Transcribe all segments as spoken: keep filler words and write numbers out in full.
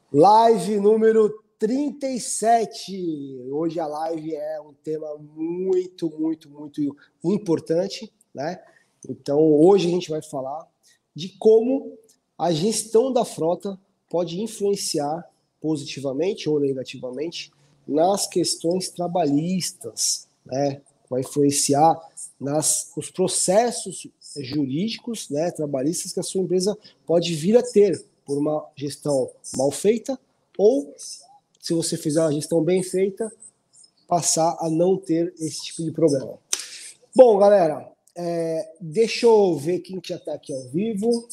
Live número trinta e sete. Hoje a live é um tema muito, muito, muito importante, né? Então, hoje a gente vai falar de como a gestão da frota pode influenciar positivamente ou negativamente nas questões trabalhistas, né? Vai influenciar nas, os processos jurídicos, né, trabalhistas que a sua empresa pode vir a ter por uma gestão mal feita ou, se você fizer uma gestão bem feita, passar a não ter esse tipo de problema. Bom, galera, é, deixa eu ver quem já está aqui ao vivo.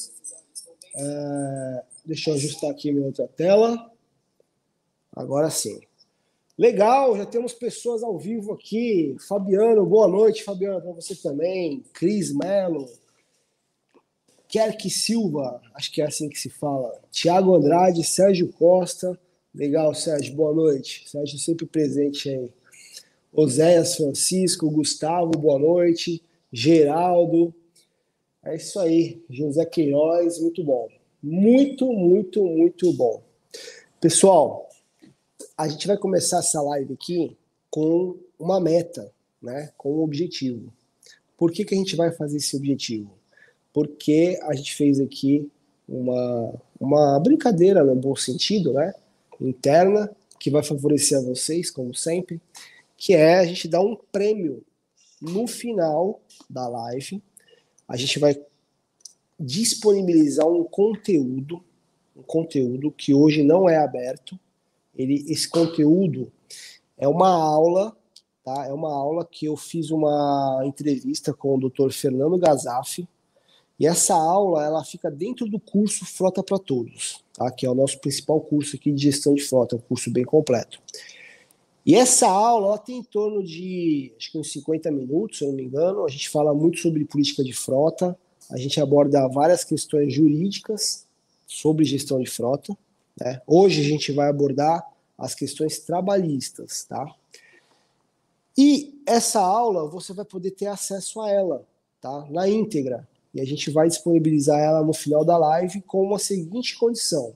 É, deixa eu ajustar aqui minha outra tela. Agora sim. Legal, já temos pessoas ao vivo aqui. Fabiano, boa noite, Fabiano, para você também. Cris Mello. Kerk Silva, acho que é assim que se fala. Tiago Andrade, Sérgio Costa. Legal, Sérgio, boa noite. Sérgio sempre presente aí. Oséias Francisco, Gustavo, boa noite. Geraldo. É isso aí. José Queiroz, muito bom. Muito, muito, muito bom. Pessoal, a gente vai começar essa live aqui com uma meta, né? Com um objetivo. Por que que a gente vai fazer esse objetivo? Porque a gente fez aqui uma, uma brincadeira, no bom sentido, né, interna, que vai favorecer a vocês, como sempre, que é a gente dar um prêmio no final da live. A gente vai disponibilizar um conteúdo, um conteúdo que hoje não é aberto. Ele, esse conteúdo é uma aula, tá? É uma aula que eu fiz uma entrevista com o doutor Fernando Gazaf. E essa aula, ela fica dentro do curso Frota para Todos, tá? Que é o nosso principal curso aqui de gestão de frota, um curso bem completo. E essa aula, ela tem em torno de, acho que uns cinquenta minutos, se eu não me engano. A gente fala muito sobre política de frota, a gente aborda várias questões jurídicas sobre gestão de frota, né? Hoje a gente vai abordar as questões trabalhistas, tá? E essa aula, você vai poder ter acesso a ela, tá? Na íntegra. E a gente vai disponibilizar ela no final da live com uma seguinte condição.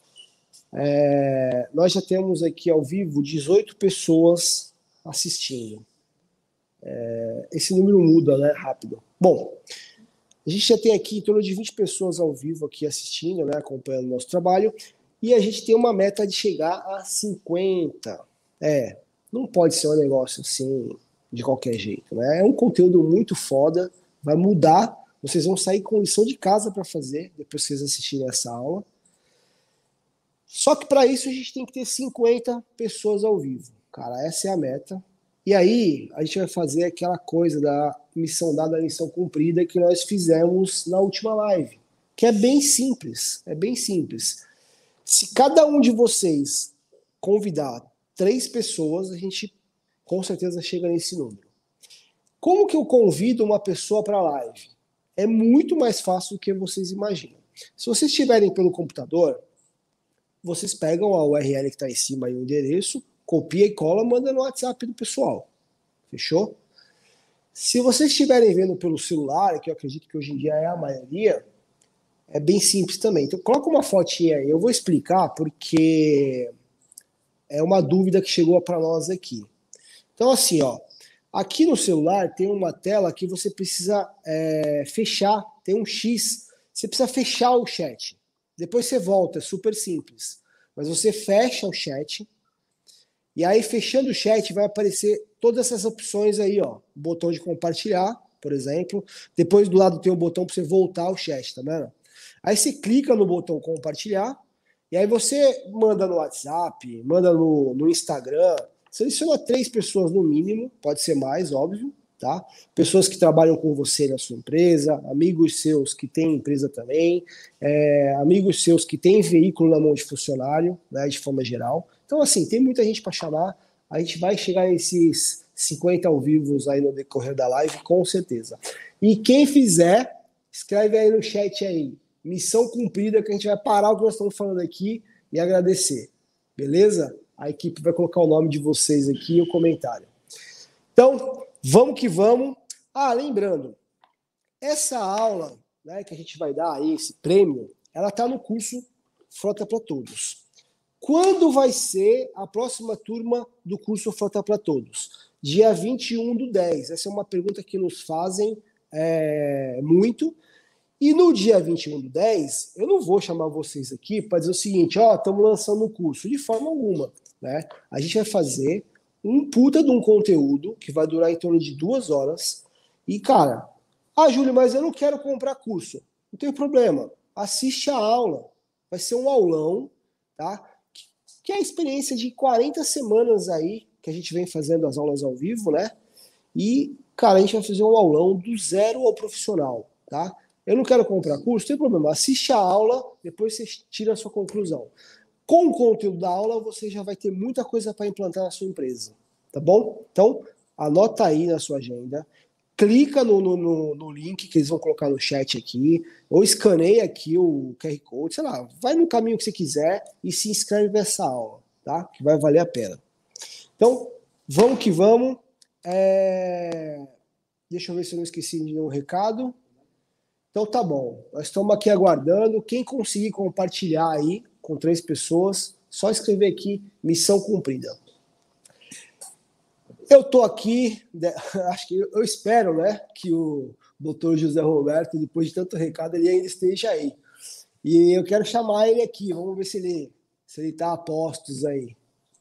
É, nós já temos aqui ao vivo dezoito pessoas assistindo. É, esse número muda, né? Rápido. Bom, a gente já tem aqui em torno de vinte pessoas ao vivo aqui assistindo, né? Acompanhando o nosso trabalho. E a gente tem uma meta de chegar a cinquenta. É, não pode ser um negócio assim de qualquer jeito, né? É um conteúdo muito foda, vai mudar. Vocês vão sair com lição de casa para fazer, depois que vocês assistirem essa aula. Só que para isso a gente tem que ter cinquenta pessoas ao vivo. Cara, essa é a meta. E aí a gente vai fazer aquela coisa da missão dada, missão cumprida que nós fizemos na última live. Que é bem simples, é bem simples. Se cada um de vocês convidar três pessoas, a gente com certeza chega nesse número. Como que eu convido uma pessoa para a live? É muito mais fácil do que vocês imaginam. Se vocês estiverem pelo computador, vocês pegam a U R L que está em cima e o endereço, copia e cola, manda no WhatsApp do pessoal. Fechou? Se vocês estiverem vendo pelo celular, que eu acredito que hoje em dia é a maioria, é bem simples também. Então coloca uma fotinha aí, eu vou explicar porque é uma dúvida que chegou para nós aqui. Então assim, ó, aqui no celular tem uma tela que você precisa é, fechar, tem um X, você precisa fechar o chat. Depois você volta, é super simples. Mas você fecha o chat, e aí fechando o chat vai aparecer todas essas opções aí, ó. O botão de compartilhar, por exemplo. Depois do lado tem o botão para você voltar ao chat, tá vendo? Aí você clica no botão compartilhar, e aí você manda no WhatsApp, manda no, no Instagram. Seleciona três pessoas no mínimo, pode ser mais, óbvio, tá? Pessoas que trabalham com você na sua empresa, amigos seus que têm empresa também, é, amigos seus que têm veículo na mão de funcionário, né, de forma geral. Então, assim, tem muita gente para chamar, a gente vai chegar a esses cinquenta ao vivo aí no decorrer da live, com certeza. E quem fizer, escreve aí no chat aí, missão cumprida, que a gente vai parar o que nós estamos falando aqui e agradecer, beleza? A equipe vai colocar o nome de vocês aqui e o comentário. Então, vamos que vamos. Ah, lembrando, essa aula, né, que a gente vai dar aí, esse prêmio, ela está no curso Frota para Todos. Quando vai ser a próxima turma do curso Frota para Todos? Dia vinte e um do dez. Essa é uma pergunta que nos fazem é, muito. E no dia vinte e um do dez, eu não vou chamar vocês aqui para dizer o seguinte, ó, estamos lançando um curso, de forma alguma, né? A gente vai fazer um puta de um conteúdo que vai durar em torno de duas horas. E, cara, ah, Júlio, mas eu não quero comprar curso. Não tem problema. Assiste a aula. Vai ser um aulão, tá? Que é a experiência de quarenta semanas aí, que a gente vem fazendo as aulas ao vivo, né? E, cara, a gente vai fazer um aulão do zero ao profissional, tá? Eu não quero comprar curso, não tem problema. Assiste a aula, depois você tira a sua conclusão. Com o conteúdo da aula, você já vai ter muita coisa para implantar na sua empresa, tá bom? Então, anota aí na sua agenda, clica no, no, no, no link que eles vão colocar no chat aqui, ou escaneia aqui o Q R Code, sei lá, vai no caminho que você quiser e se inscreve nessa aula, tá? Que vai valer a pena. Então, vamos que vamos. É... Deixa eu ver se eu não esqueci de nenhum recado. Então tá bom, nós estamos aqui aguardando. Quem conseguir compartilhar aí com três pessoas, só escrever aqui, missão cumprida. Eu estou aqui, acho que eu espero, né, que o doutor José Roberto, depois de tanto recado, ele ainda esteja aí. E eu quero chamar ele aqui, vamos ver se ele se ele está a postos aí.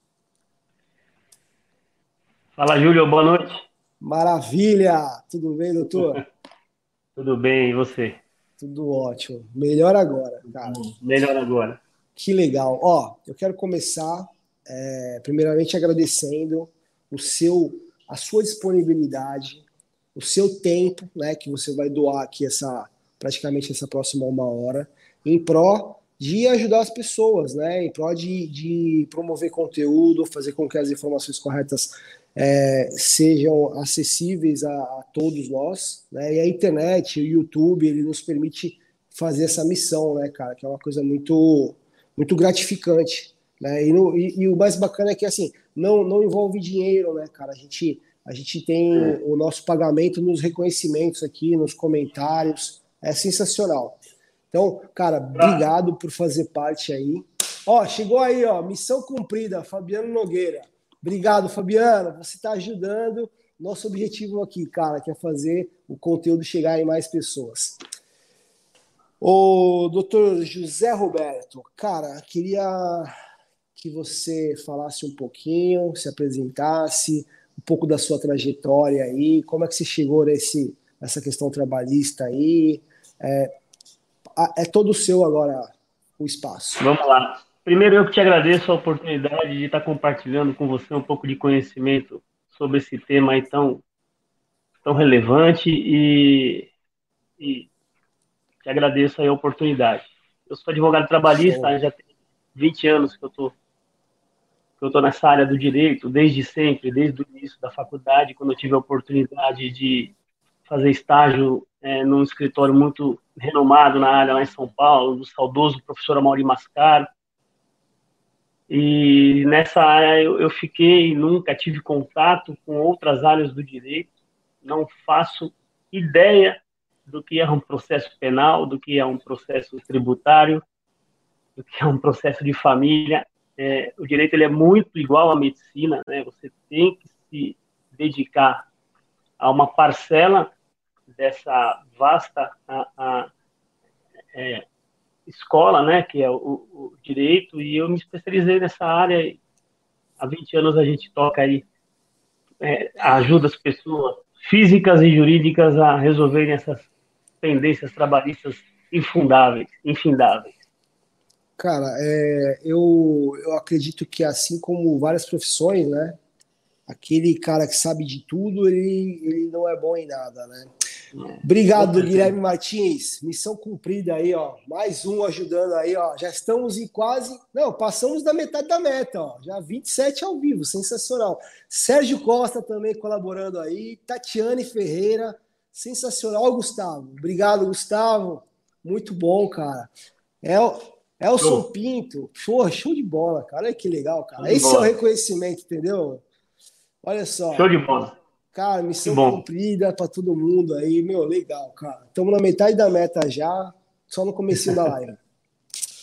Fala, Júlio, boa noite. Maravilha! Tudo bem, doutor? Tudo bem, e você? Tudo ótimo. Melhor agora, cara. Melhor agora. Que legal. Ó, eu quero começar, é, primeiramente, agradecendo o seu, a sua disponibilidade, o seu tempo, né, que você vai doar aqui essa, praticamente essa próxima uma hora, em pró de ajudar as pessoas, né, em pró de, de promover conteúdo, fazer com que as informações corretas é, sejam acessíveis a, a todos nós, né, e a internet, o YouTube, ele nos permite fazer essa missão, né, cara, que é uma coisa muito, muito gratificante. Né? E, no, e, e o mais bacana é que assim, não, não envolve dinheiro, né, cara? A gente, a gente tem o nosso pagamento nos reconhecimentos aqui, nos comentários. É sensacional. Então, cara, obrigado por fazer parte aí. Ó, chegou aí, ó, missão cumprida, Fabiano Nogueira. Obrigado, Fabiano. Você está ajudando. Nosso objetivo aqui, cara, que é fazer o conteúdo chegar em mais pessoas. O doutor José Roberto, cara, queria que você falasse um pouquinho, se apresentasse, um pouco da sua trajetória aí, como é que você chegou nesse, nessa questão trabalhista aí. É, é todo seu agora o espaço. Vamos lá. Primeiro, eu que te agradeço a oportunidade de estar compartilhando com você um pouco de conhecimento sobre esse tema aí tão, tão relevante e, e te agradeço aí a oportunidade. Eu sou advogado trabalhista, Show. Já tem vinte anos que eu estou eu estou nessa área do direito, desde sempre, desde o início da faculdade, quando eu tive a oportunidade de fazer estágio é, num escritório muito renomado na área lá em São Paulo, do saudoso professor Amaury Mascaro. E nessa área eu, eu fiquei, nunca tive contato com outras áreas do direito, não faço ideia do que é um processo penal, do que é um processo tributário, do que é um processo de família. É, o direito ele é muito igual à medicina, né? Você tem que se dedicar a uma parcela dessa vasta a, a, é, escola, né? Que é o, o direito, e eu me especializei nessa área. E há vinte anos a gente toca aí, é, ajuda as pessoas físicas e jurídicas a resolverem essas pendências trabalhistas infundáveis, infindáveis. Cara, é, eu, eu acredito que assim como várias profissões, né? Aquele cara que sabe de tudo, ele, ele não é bom em nada, né? Obrigado, Guilherme Martins. Missão cumprida aí, ó. Mais um ajudando aí, ó. Já estamos em quase... Não, passamos da metade da meta, ó. Já vinte e sete ao vivo, sensacional. Sérgio Costa também colaborando aí. Tatiane Ferreira, sensacional. Gustavo. Obrigado, Gustavo. Muito bom, cara. É o... Elson Pinto, show, show de bola, cara. Olha que legal, cara. Esse bola. É o reconhecimento, entendeu? Olha só. Show de bola. Cara, missão cumprida para todo mundo aí. Meu, legal, cara. Estamos na metade da meta já, só no comecinho da live.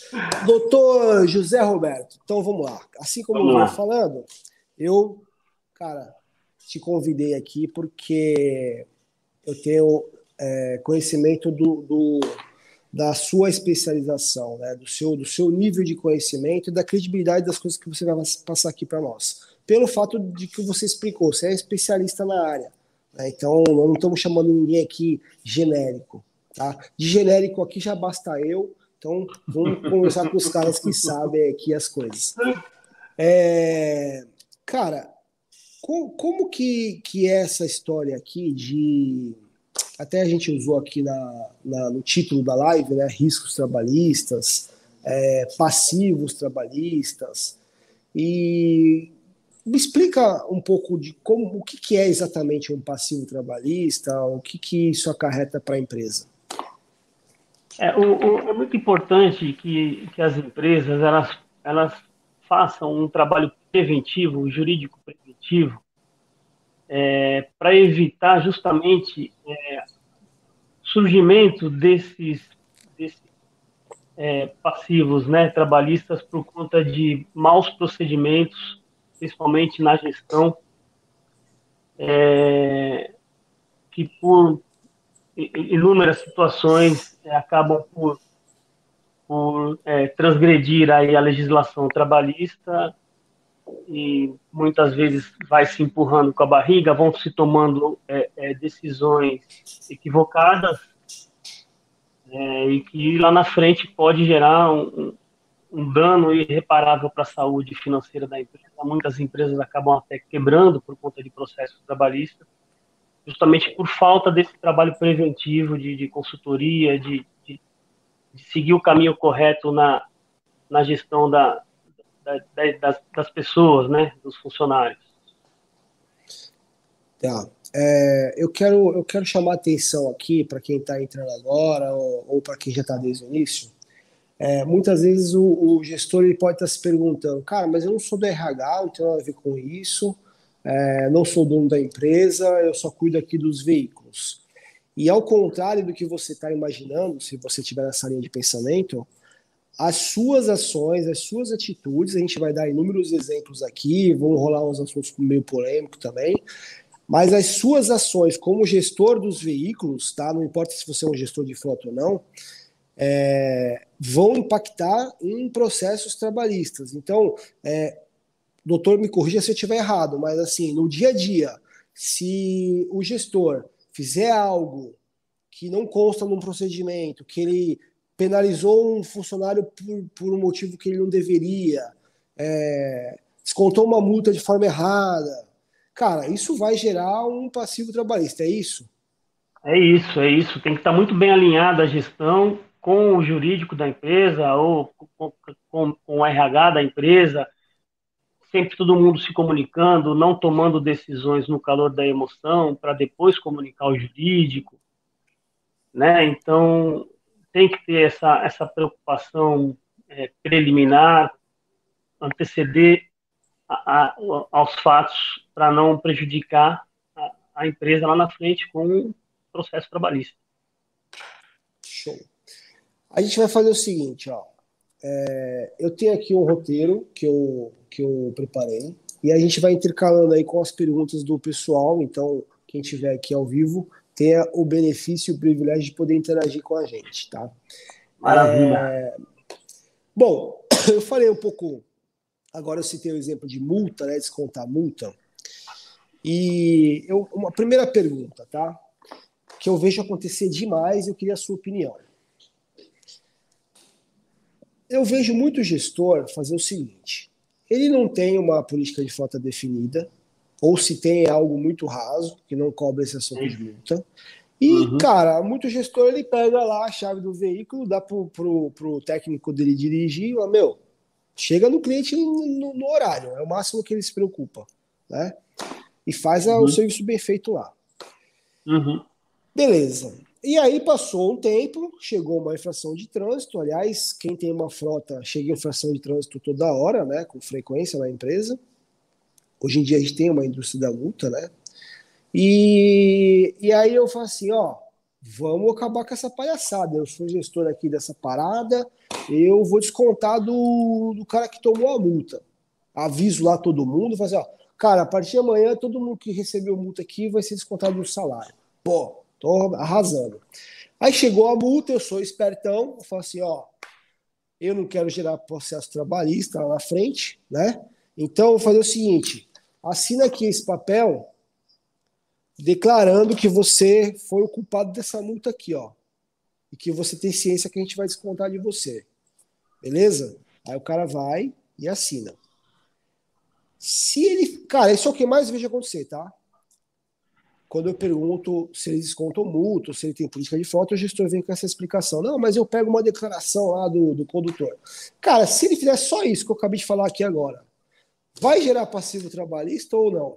Doutor José Roberto, então vamos lá. Assim como Vamos eu vinha lá. falando, eu, cara, te convidei aqui porque eu tenho é, conhecimento do, do, da sua especialização, né? do, seu, do seu nível de conhecimento e da credibilidade das coisas que você vai passar aqui para nós. Pelo fato de que você explicou, você é especialista na área. Né? Então, não estamos chamando ninguém aqui genérico. Tá? De genérico aqui já basta eu, então vamos conversar com os caras que sabem aqui as coisas. É, cara, como, como que, que é essa história aqui de até a gente usou aqui na, na, no título da live, né? Riscos trabalhistas, é, passivos trabalhistas. E me explica um pouco de como, o que, que é exatamente um passivo trabalhista, o que, que isso acarreta para a empresa. É, o, o, é muito importante que, que as empresas elas, elas façam um trabalho preventivo, jurídico preventivo, é, para evitar justamente é, surgimento desses, desses é, passivos, né, trabalhistas por conta de maus procedimentos, principalmente na gestão, é, que por inúmeras situações é, acabam por, por é, transgredir aí a legislação trabalhista e muitas vezes vai se empurrando com a barriga, vão se tomando é, é, decisões equivocadas é, e que lá na frente pode gerar um, um dano irreparável para a saúde financeira da empresa. Muitas empresas acabam até quebrando por conta de processos trabalhistas, justamente por falta desse trabalho preventivo de, de consultoria, de, de, de, seguir o caminho correto na, na gestão da, da, das, das pessoas, né, dos funcionários. Tá. É, eu, quero, eu quero chamar a atenção aqui para quem está entrando agora ou, ou para quem já está desde o início. É, muitas vezes o, o gestor ele pode estar tá se perguntando, cara, mas eu não sou do R H, não tenho nada a ver com isso, é, não sou dono da empresa, eu só cuido aqui dos veículos. E ao contrário do que você está imaginando, se você tiver nessa linha de pensamento, as suas ações, as suas atitudes, a gente vai dar inúmeros exemplos aqui, vão rolar uns assuntos meio polêmicos também, mas as suas ações como gestor dos veículos, tá? Não importa se você é um gestor de frota ou não, é, vão impactar em processos trabalhistas. Então, é, doutor, me corrija se eu estiver errado, mas assim, no dia a dia, se o gestor fizer algo que não consta num procedimento, que ele penalizou um funcionário por, por um motivo que ele não deveria, é, descontou uma multa de forma errada, cara, isso vai gerar um passivo trabalhista, é isso? É isso, é isso. Tem que estar muito bem alinhada a gestão com o jurídico da empresa ou com, com, com o R H da empresa, sempre todo mundo se comunicando, não tomando decisões no calor da emoção para depois comunicar ao jurídico, né? Então tem que ter essa essa preocupação é, preliminar, anteceder a, a, aos fatos para não prejudicar a, a empresa lá na frente com um processo trabalhista. Show. A gente vai fazer o seguinte, ó. É, eu tenho aqui um roteiro que eu, que eu preparei e a gente vai intercalando aí com as perguntas do pessoal. Então, quem estiver aqui ao vivo tenha o benefício e o privilégio de poder interagir com a gente, tá? Maravilha. É, bom, eu falei um pouco. Agora eu citei o exemplo de multa, né? Descontar multa. E eu, uma primeira pergunta, tá? Que eu vejo acontecer demais e eu queria a sua opinião. Eu vejo muito gestor fazer o seguinte: ele não tem uma política de frota definida, ou se tem é algo muito raso, que não cobre esse assunto de multa. E, Uhum. cara, muito gestor ele pega lá a chave do veículo, dá pro, pro, pro técnico dele dirigir e fala, meu, chega no cliente no, no horário, é o máximo que ele se preocupa, né? E faz a, o Uhum. serviço bem feito lá. Uhum. Beleza. E aí passou um tempo, chegou uma infração de trânsito. Aliás, quem tem uma frota chega em infração de trânsito toda hora, né? Com frequência na empresa. Hoje em dia a gente tem uma indústria da multa, né? E, e aí eu falo assim, ó, vamos acabar com essa palhaçada. Eu sou gestor aqui dessa parada, eu vou descontar do, do cara que tomou a multa. Aviso lá todo mundo, fazer, ó, cara, a partir de amanhã todo mundo que recebeu multa aqui vai ser descontado do salário. Pô, tô arrasando. Aí chegou a multa, eu sou espertão, eu falo assim, ó, eu não quero gerar processo trabalhista lá na frente, né? Então eu vou fazer o seguinte, assina aqui esse papel declarando que você foi o culpado dessa multa aqui, ó. E que você tem ciência que a gente vai descontar de você. Beleza? Aí o cara vai e assina. Se ele... Cara, isso é o que mais vejo acontecer, tá? Quando eu pergunto se eles descontam multa, se ele tem política de frota, o gestor vem com essa explicação. Não, mas eu pego uma declaração lá do, do condutor. Cara, se ele fizer só isso que eu acabei de falar aqui agora, vai gerar passivo trabalhista ou não?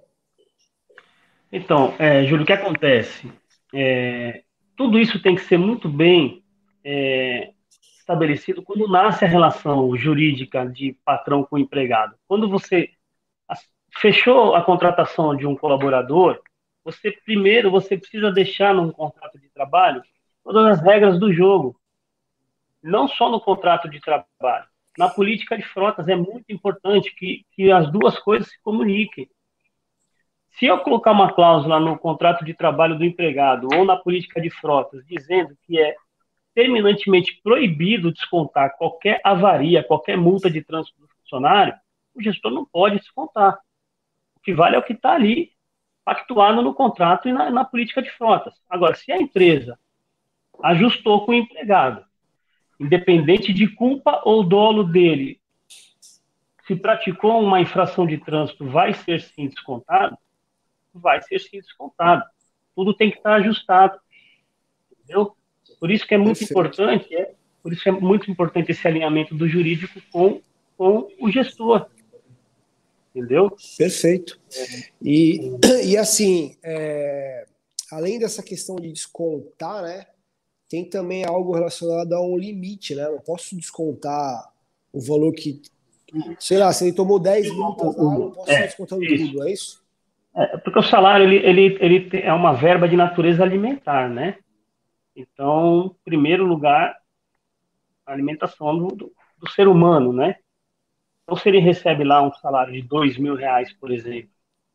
Então, é, Júlio, o que acontece? É, tudo isso tem que ser muito bem é, estabelecido quando nasce a relação jurídica de patrão com empregado. Quando você fechou a contratação de um colaborador, você primeiro você precisa deixar num contrato de trabalho todas as regras do jogo, não só no contrato de trabalho. Na política de frotas é muito importante que, que as duas coisas se comuniquem. Se eu colocar uma cláusula no contrato de trabalho do empregado ou na política de frotas dizendo que é terminantemente proibido descontar qualquer avaria, qualquer multa de trânsito do funcionário, o gestor não pode descontar. O que vale é o que está ali pactuado no contrato e na, na política de frotas. Agora, se a empresa ajustou com o empregado, independente de culpa ou dolo dele, se praticou uma infração de trânsito, vai ser sim descontado, vai ser sim descontado. Tudo tem que estar ajustado, entendeu? Por isso que é muito Perfeito. importante, é, por isso é muito importante esse alinhamento do jurídico com, com o gestor, entendeu? Perfeito. E, e assim, é, além dessa questão de descontar, né, tem também algo relacionado a um limite, né? Eu não posso descontar o valor que, sei lá, se ele tomou dez multas lá, não posso sair É, descontando isso. tudo, é isso? É, porque o salário ele, ele, ele é uma verba de natureza alimentar, né? Então, em primeiro lugar, a alimentação do, do, do ser humano, né? Então, se ele recebe lá um salário de dois mil reais, por exemplo,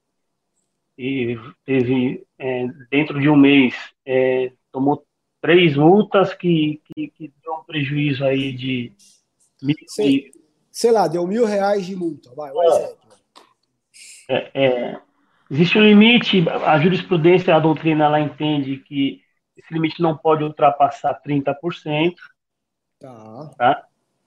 e teve, é, dentro de um mês, é, tomou três multas que, que, que deu um prejuízo aí de mil Sei, e... sei lá, deu mil reais de multa, vai, um exemplo. É, é, existe um limite, a jurisprudência, a doutrina, ela entende que esse limite não pode ultrapassar trinta por cento, Tá, tá?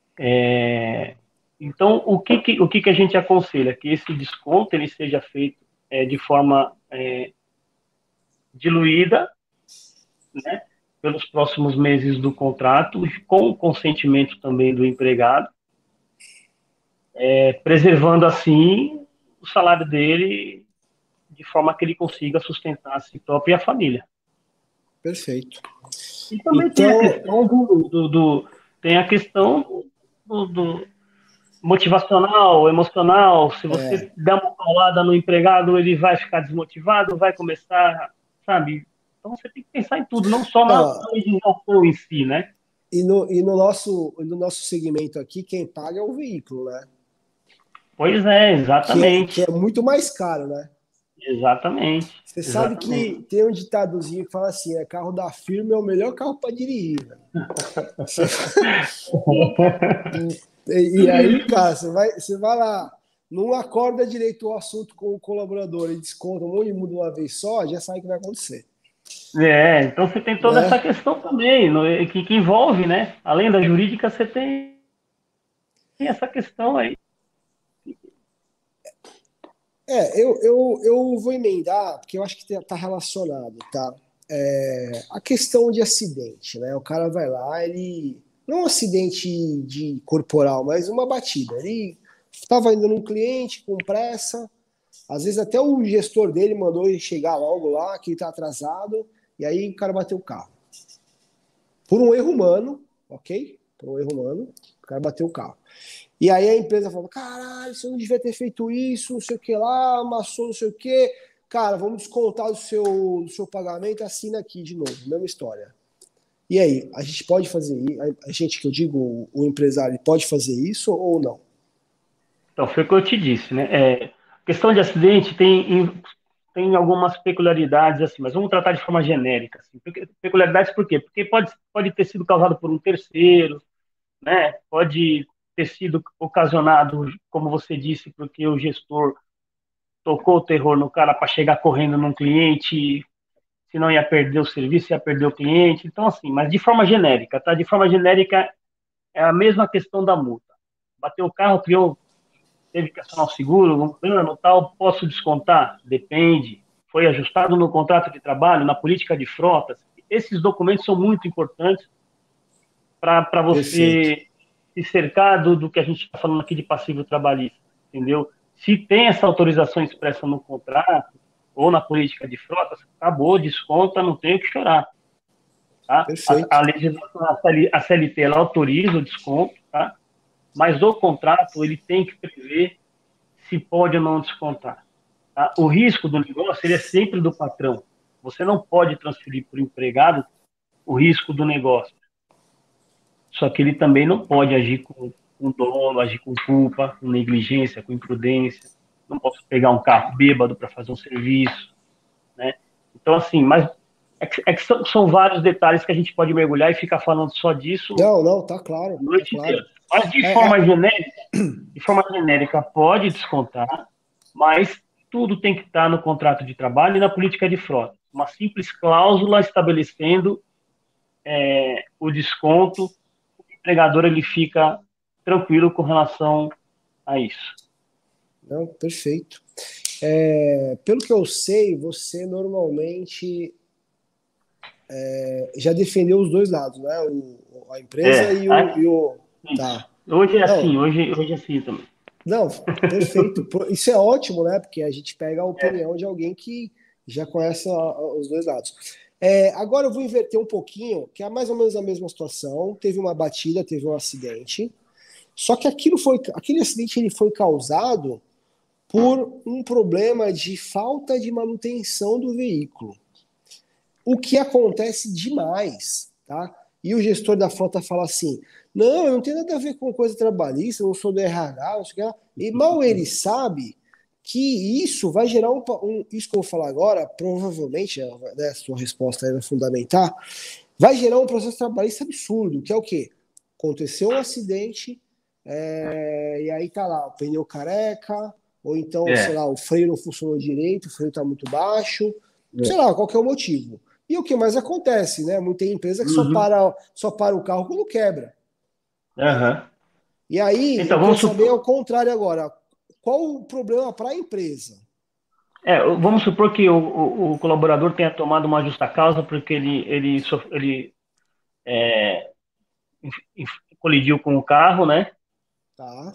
É, então, o que, que, o que, que a gente aconselha? Que esse desconto ele seja feito é, de forma é, diluída, né, pelos próximos meses do contrato, com o consentimento também do empregado, é, preservando assim o salário dele de forma que ele consiga sustentar a si próprio e a família. perfeito. E também tem a Então, questão do, do, do tem a questão do, do motivacional, emocional. Se é, você der uma paulada no empregado, ele vai ficar desmotivado, vai começar, sabe? Então você tem que pensar em tudo, não só na, não, na legislação em si, né? e no, e no nosso, no nosso segmento aqui, quem paga é o veículo, né? Pois é, Que é, que exatamente. é muito mais caro, né? Exatamente. Você sabe Exatamente. que tem um ditadozinho que fala assim, é carro da firma é o melhor carro para dirigir, velho. Você- E, e aí, cara, você vai, você vai lá, não acorda direito o assunto com o colaborador e desconta um monte de muda uma vez só, já sabe o que vai acontecer, É, então você tem toda essa né? questão também, no- que, que envolve, né? Além da jurídica, você tem essa questão aí. É, eu, eu, eu vou emendar, porque eu acho que está relacionado, tá? É, a questão de acidente, né? O cara vai lá, ele. Não um acidente de corporal, mas uma batida. Ele estava indo num cliente com pressa, às vezes até o gestor dele mandou ele chegar logo lá, que ele está atrasado, e aí o cara bateu o carro. Por um erro humano, ok? Por um erro humano, o cara bateu o carro. E aí a empresa falou, caralho, você não devia ter feito isso, não sei o que lá, amassou não sei o que. cara, vamos descontar do seu, do seu pagamento, assina aqui de novo, mesma história. E aí, a gente pode fazer isso? A gente, que eu digo, o empresário, pode fazer isso ou não? Então, foi o que eu te disse, né? É, questão de acidente tem, tem algumas peculiaridades, assim, mas vamos tratar de forma genérica. Assim. Peculiaridades por quê? Porque pode, pode ter sido causado por um terceiro, né? Pode ter sido ocasionado, como você disse, porque o gestor tocou o terror no cara para chegar correndo num cliente, senão ia perder o serviço, ia perder o cliente. Então, assim, mas de forma genérica, tá? De forma genérica, é a mesma questão da multa. Bateu o carro, criou, teve que acionar o seguro, um dano, tal, posso descontar? Depende. Foi ajustado no contrato de trabalho, na política de frotas. Esses documentos são muito importantes para Perfeito. você se cercar do, do que a gente está falando aqui de passivo trabalhista, entendeu? Se tem essa autorização expressa no contrato ou na política de frotas, acabou, desconta, não tem o que chorar. Tá? A, a Perfeito. legislação, a C L T, ela autoriza o desconto, tá? Mas o contrato, ele tem que prever se pode ou não descontar. Tá? O risco do negócio, ele é sempre do patrão. Você não pode transferir para o empregado o risco do negócio. Só que ele também não pode agir com, com dolo, agir com culpa, com negligência, com imprudência. Não posso pegar um carro bêbado para fazer um serviço, né? Então, assim, mas é que, é que são, são vários detalhes que a gente pode mergulhar e ficar falando só disso Não, não, tá claro, a tá noite inteira. claro. Mas de É, forma é, genérica, de forma genérica pode descontar, mas tudo tem que estar no contrato de trabalho e na política de frota. Uma simples cláusula estabelecendo é, o desconto, o empregador ele fica tranquilo com relação a isso. não, perfeito. É, pelo que eu sei, você normalmente é, já defendeu os dois lados, né? O, a empresa É, e o, e o. isso. Tá. Hoje é assim, Não, hoje, hoje é assim também. não, perfeito. Isso é ótimo, né? Porque a gente pega a É. opinião de alguém que já conhece a, a, os dois lados. É, agora eu vou inverter um pouquinho, que é mais ou menos a mesma situação. Teve uma batida, teve um acidente. Só que aquilo foi, aquele acidente ele foi causado por um problema de falta de manutenção do veículo. O que acontece demais, tá? E o gestor da frota fala assim: não, eu não tenho nada a ver com coisa trabalhista, eu não sou do R H, não sei o que lá. E mal ele sabe que isso vai gerar um, um. Isso que eu vou falar agora, provavelmente, né, a sua resposta vai fundamentar, vai gerar um processo trabalhista absurdo, que é o quê? Aconteceu um acidente, é, e aí tá lá, o pneu careca, ou então, sei É. lá, o freio não funcionou direito, o freio tá muito baixo, sei É. lá, qual que é o motivo. E o que mais acontece, né? Tem empresa que só Uhum. para, só para o carro quando quebra, né? Uhum. E aí, eu Então, queria vamos saber supor, ao contrário agora, qual o problema para a empresa? é, vamos supor que o, o, o colaborador tenha tomado uma justa causa porque ele, ele, sof- ele é, inf- inf- colidiu com o carro, né? Tá,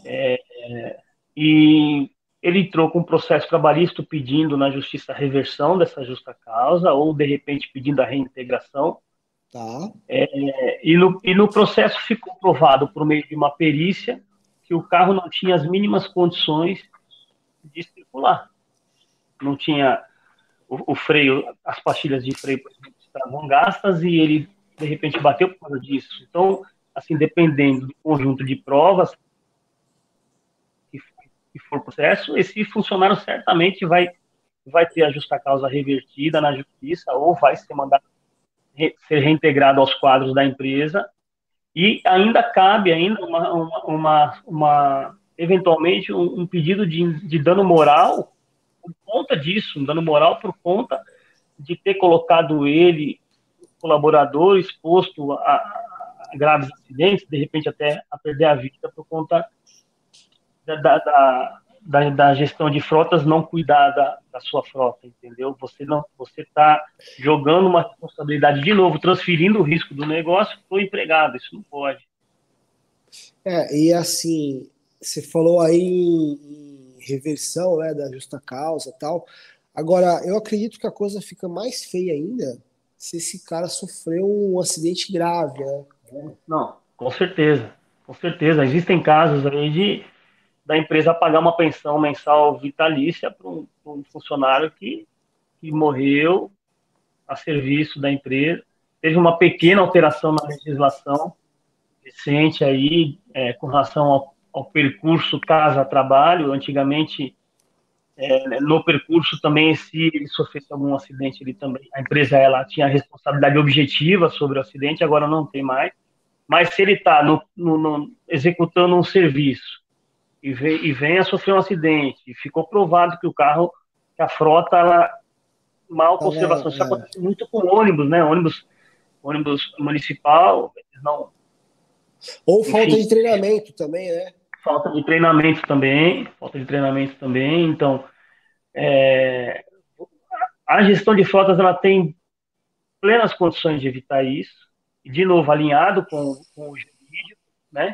E ele entrou com um processo trabalhista pedindo na justiça a reversão dessa justa causa ou, de repente, pedindo a reintegração. tá, E no, e no processo ficou provado, por meio de uma perícia, que o carro não tinha as mínimas condições de circular. Não tinha o, o freio, as pastilhas de freio, por exemplo, estavam gastas e ele, de repente, bateu por causa disso. Então, assim, dependendo do conjunto de provas que, que for processo, esse funcionário certamente vai, vai ter a justa causa revertida na justiça ou vai ser mandado re, ser reintegrado aos quadros da empresa. E ainda cabe ainda uma, uma, uma, uma eventualmente um, um pedido de, de dano moral por conta disso, um dano moral por conta de ter colocado ele, colaborador, exposto a, a graves acidentes, de repente até a perder a vida por conta da, da, da, da gestão de frotas não cuidar da, da sua frota, entendeu? Você não, você está jogando uma responsabilidade de novo, transferindo o risco do negócio para o empregado, isso não pode. é, e assim, você falou aí em, em reversão, né, da justa causa e tal. Agora, eu acredito que a coisa fica mais feia ainda se esse cara sofreu um acidente grave, né? Não, com certeza, com certeza. Existem casos aí de da empresa pagar uma pensão mensal vitalícia para um, um funcionário que que morreu a serviço da empresa. Teve uma pequena alteração na legislação recente aí, é, com relação ao, ao percurso casa-trabalho. Antigamente, é, no percurso também, se ele sofresse algum acidente, ele também, a empresa ela tinha responsabilidade objetiva sobre o acidente, agora não tem mais. Mas se ele está no, no, no, executando um serviço e vem, e vem a sofrer um acidente, e ficou provado que o carro, que a frota, ela, mal conservação, isso acontece muito com ônibus, né? Ônibus, ônibus municipal, não... Ou Enfim, falta de treinamento também, né? Falta de treinamento também, falta de treinamento também, então, é, a gestão de frotas, ela tem plenas condições de evitar isso, e, de novo, alinhado com, com o jurídico, né?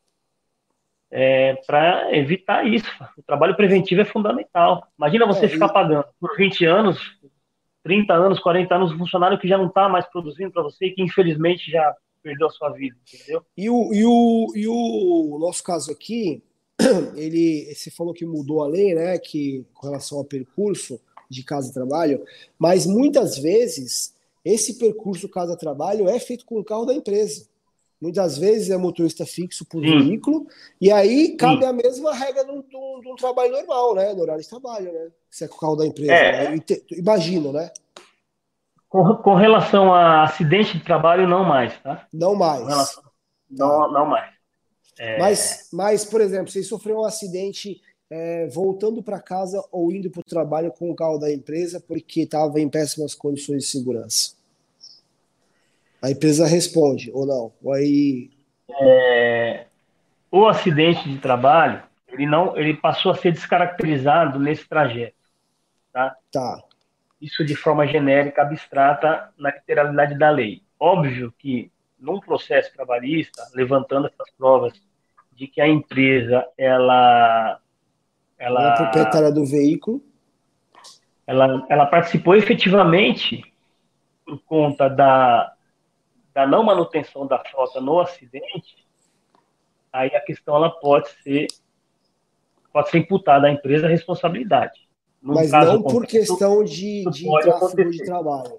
É, para evitar isso. O trabalho preventivo é fundamental. Imagina você é, ficar e... pagando por vinte anos, trinta anos, quarenta anos, um funcionário que já não está mais produzindo para você e que, infelizmente, já perdeu a sua vida, entendeu? E o, e o, e o nosso caso aqui, ele, você falou que mudou a lei, né, que, com relação ao percurso de casa-trabalho, mas muitas vezes esse percurso casa-trabalho é feito com o carro da empresa. Muitas vezes é motorista fixo por Sim. veículo, e aí cabe Sim. a mesma regra de um, de um trabalho normal, né? No horário de trabalho, né? Se é com o carro da empresa. É. Né? Imagino, né? Com, com relação a acidente de trabalho, não mais, tá? Não mais. Com relação... tá. Não, não mais. É... Mas, mas, por exemplo, se sofreu um acidente é, voltando para casa ou indo para o trabalho com o carro da empresa porque estava em péssimas condições de segurança. A empresa responde ou não? Ou aí... é, o acidente de trabalho, ele não, ele passou a ser descaracterizado nesse trajeto, tá? Tá. Isso de forma genérica, abstrata, na literalidade da lei. Óbvio que num processo trabalhista, levantando essas provas de que a empresa ela ela é a proprietária do veículo, ela ela participou efetivamente por conta da da não manutenção da frota no acidente, aí a questão ela pode ser pode ser imputada à empresa a responsabilidade. Num Mas não por concreto, questão de, de tráfego acontecer. de trabalho.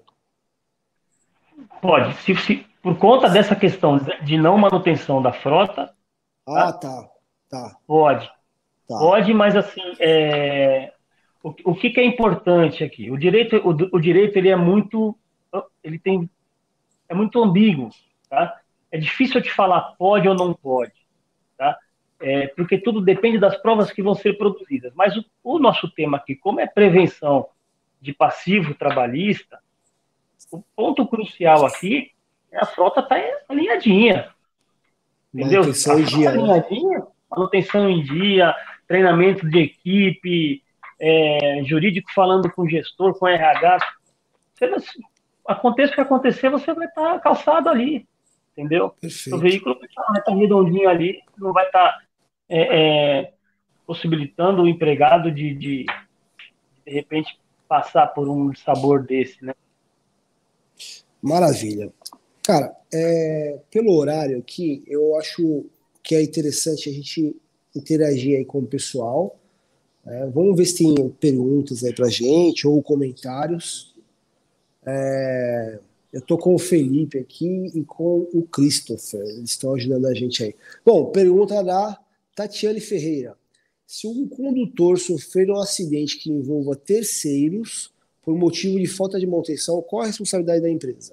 Pode. Se, se, por conta dessa questão de não manutenção da frota... Ah, tá. tá, tá. Pode. Tá. Pode, mas assim, é, o, o que, que é importante aqui? O direito, o, o direito ele é muito... Ele tem... É muito ambíguo, tá? É difícil de falar pode ou não pode, tá? É, porque tudo depende das provas que vão ser produzidas. Mas o, o nosso tema aqui, como é prevenção de passivo trabalhista, o ponto crucial aqui é a frota estar tá alinhadinha. Entendeu? Manutenção em dia. Alinhadinha, manutenção em dia, treinamento de equipe, é, jurídico falando com o gestor, com o R H. Você, aconteça o que acontecer, você vai estar tá calçado ali. Entendeu? Perfeito. O veículo vai estar tá redondinho ali, não vai estar tá, é, é, possibilitando o empregado de, de, de repente, passar por um sabor desse, né? Maravilha. Cara, é, pelo horário aqui, eu acho que é interessante a gente interagir aí com o pessoal. É, vamos ver se tem perguntas aí pra gente ou comentários. É, eu tô com o Felipe aqui e com o Christopher. Eles estão ajudando a gente aí. Bom, pergunta da Tatiane Ferreira. Se um condutor sofrer um acidente que envolva terceiros por motivo de falta de manutenção, qual a responsabilidade da empresa?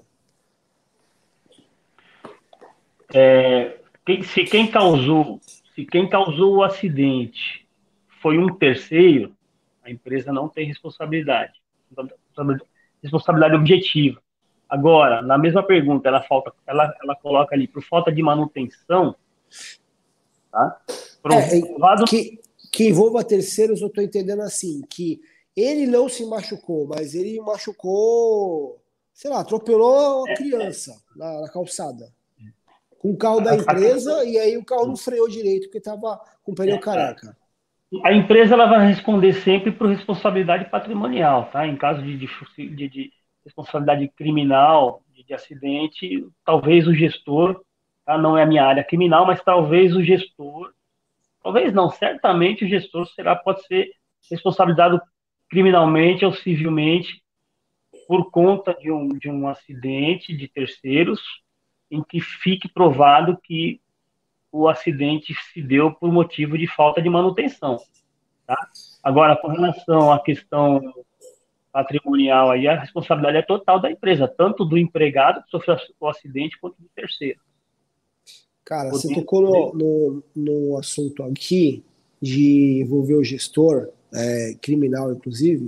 É, se, quem causou, se quem causou o acidente foi um terceiro, a empresa não tem responsabilidade. Responsabilidade objetiva. Agora, na mesma pergunta, ela, falta, ela, ela coloca ali, por falta de manutenção, tá? Provado... É, que, que envolva terceiros, eu estou entendendo assim, que ele não se machucou, mas ele machucou, sei lá, atropelou a criança na, na calçada. Com o carro da empresa, e aí o carro não freou direito, porque estava com o pneu careca. A empresa ela vai responder sempre por responsabilidade patrimonial, tá? Em caso de, de, de responsabilidade criminal, de, de acidente, talvez o gestor, tá? Não é a minha área criminal, mas talvez o gestor, talvez não, certamente o gestor será, pode ser responsabilizado criminalmente ou civilmente por conta de um, de um acidente de terceiros em que fique provado que o acidente se deu por motivo de falta de manutenção, tá? Agora, com relação à questão patrimonial, aí a responsabilidade é total da empresa, tanto do empregado que sofreu o acidente, quanto do terceiro. Cara, você Podendo tocou poder- no, no, no assunto aqui de envolver o gestor, é, criminal inclusive,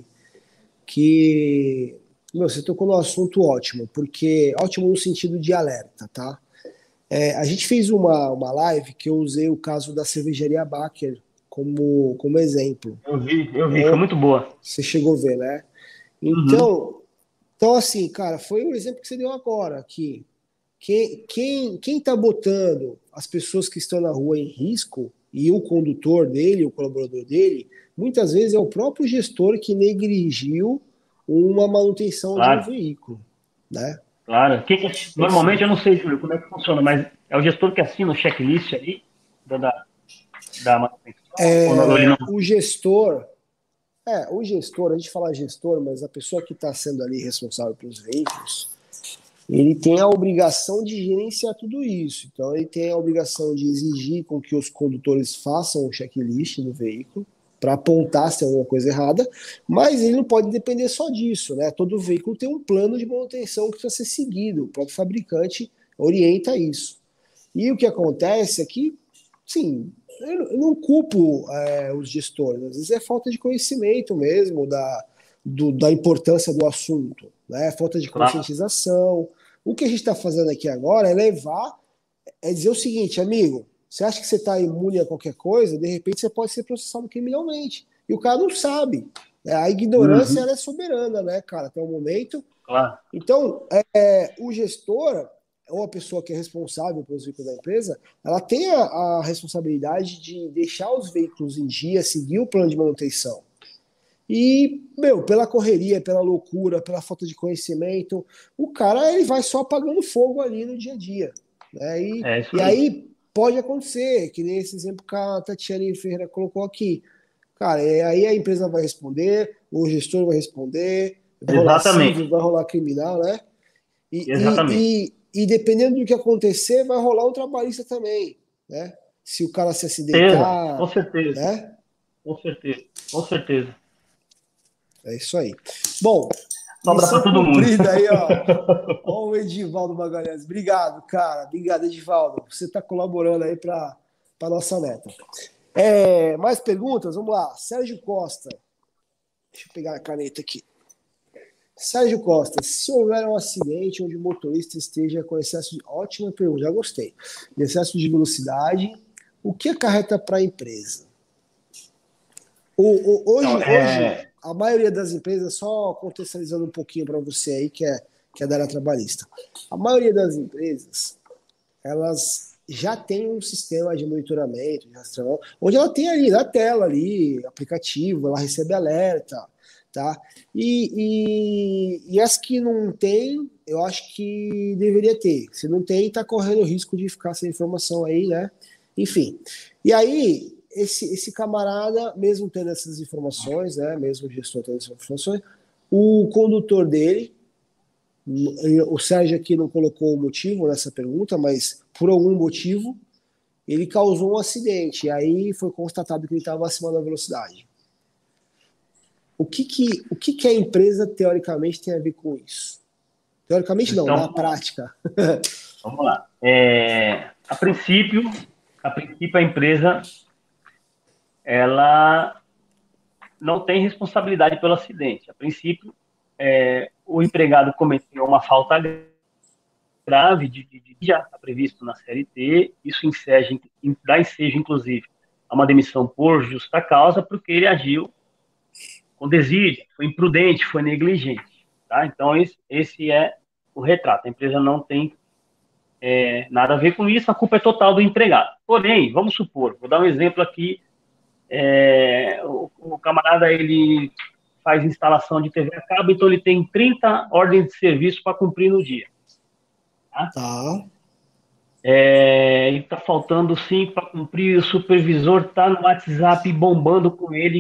que, meu, você tocou no assunto ótimo, porque ótimo no sentido de alerta, tá? É, a gente fez uma, uma live que eu usei o caso da cervejaria Baker como, como exemplo. Eu vi, eu vi, foi Então, muito boa. você chegou a ver, né? Uhum. Então, então assim, cara, foi o exemplo que você deu agora, que quem, quem, quem tá botando as pessoas que estão na rua em risco, e o condutor dele, o colaborador dele, muitas vezes é o próprio gestor que negligiu uma manutenção de um Claro, veículo, né? claro. Quem que assi- Enfim, Normalmente, eu não sei, Júlio, como é que funciona, mas é o gestor que assina o checklist ali da, da, da manutenção, ou não, ou ele não... é, o gestor, é, o gestor, a gente fala gestor, mas a pessoa que está sendo ali responsável pelos veículos, ele tem a obrigação de gerenciar tudo isso. Então, ele tem a obrigação de exigir com que os condutores façam o checklist do veículo para apontar se tem alguma coisa errada, mas ele não pode depender só disso, né? Todo veículo tem um plano de manutenção que precisa ser seguido, o próprio fabricante orienta isso. E o que acontece é que, sim, eu não culpo é, os gestores, às vezes é falta de conhecimento mesmo da, do, da importância do assunto, né? Falta de Claro, conscientização. O que a gente está fazendo aqui agora é levar, é dizer o seguinte, amigo, você acha que você está imune a qualquer coisa, de repente você pode ser processado criminalmente. E o cara não sabe. Né? A ignorância uhum, ela é soberana, né, cara, até o momento. claro, Então, é, o gestor ou a pessoa que é responsável pelos veículos da empresa, ela tem a, a responsabilidade de deixar os veículos em dia, seguir o plano de manutenção. E, meu, pela correria, pela loucura, pela falta de conhecimento, o cara ele vai só apagando fogo ali no dia a dia. Né? E, é isso e aí. aí pode acontecer, que nem esse exemplo que a Tatiane Ferreira colocou aqui. Cara, é, aí a empresa vai responder, o gestor vai responder, vai rolar civil, Exatamente, vai rolar criminal, né? E, e, exatamente. e, e dependendo do que acontecer, vai rolar um trabalhista também, né? Se o cara se Certeza, com acidentar, certeza, né? com certeza, com certeza. É isso aí. Bom, Sobra para missão todo mundo. cumprida aí, ó. Ó o Edivaldo Magalhães. Obrigado, cara. Obrigado, Edivaldo. Você está colaborando aí para a nossa meta. É, mais perguntas? Vamos lá. Sérgio Costa. Deixa eu pegar a caneta aqui. Sérgio Costa, se houver um acidente onde o motorista esteja com excesso de. Ótima pergunta, já gostei. De excesso de velocidade, o que acarreta para a empresa? O, o, Então, hoje, hoje, é, a maioria das empresas, só contextualizando um pouquinho para você aí, que é, que é da área trabalhista, a maioria das empresas, elas já tem um sistema de monitoramento, de rastreamento, onde ela tem ali na tela ali, aplicativo, ela recebe alerta, tá? E, e, e as que não tem, eu acho que deveria ter. Se não tem, tá correndo o risco de ficar sem informação aí, né? Enfim. E aí, esse, esse camarada, mesmo tendo essas informações, né? Mesmo o gestor tendo essas informações, o condutor dele, o Sérgio aqui não colocou o motivo nessa pergunta, mas por algum motivo ele causou um acidente. E aí foi constatado que ele estava acima da velocidade. O que que, o que que a empresa teoricamente tem a ver com isso? Teoricamente não, então, na vamos lá. prática. Vamos lá. É, a princípio, a princípio a empresa ela não tem responsabilidade pelo acidente. A princípio, é, o empregado cometeu uma falta grave de, de, de já está previsto na C L T, isso enseja, dá ensejo, inclusive, a uma demissão por justa causa, porque ele agiu com desídia, foi imprudente, foi negligente. Tá? Então, esse, esse é o retrato. A empresa não tem é, nada a ver com isso, a culpa é total do empregado. Porém, vamos supor, vou dar um exemplo aqui, é, o, o camarada ele faz instalação de T V a cabo, então ele tem trinta ordens de serviço para cumprir no dia. Tá? Tá. É, e tá faltando cinco para cumprir, o supervisor tá no WhatsApp bombando com ele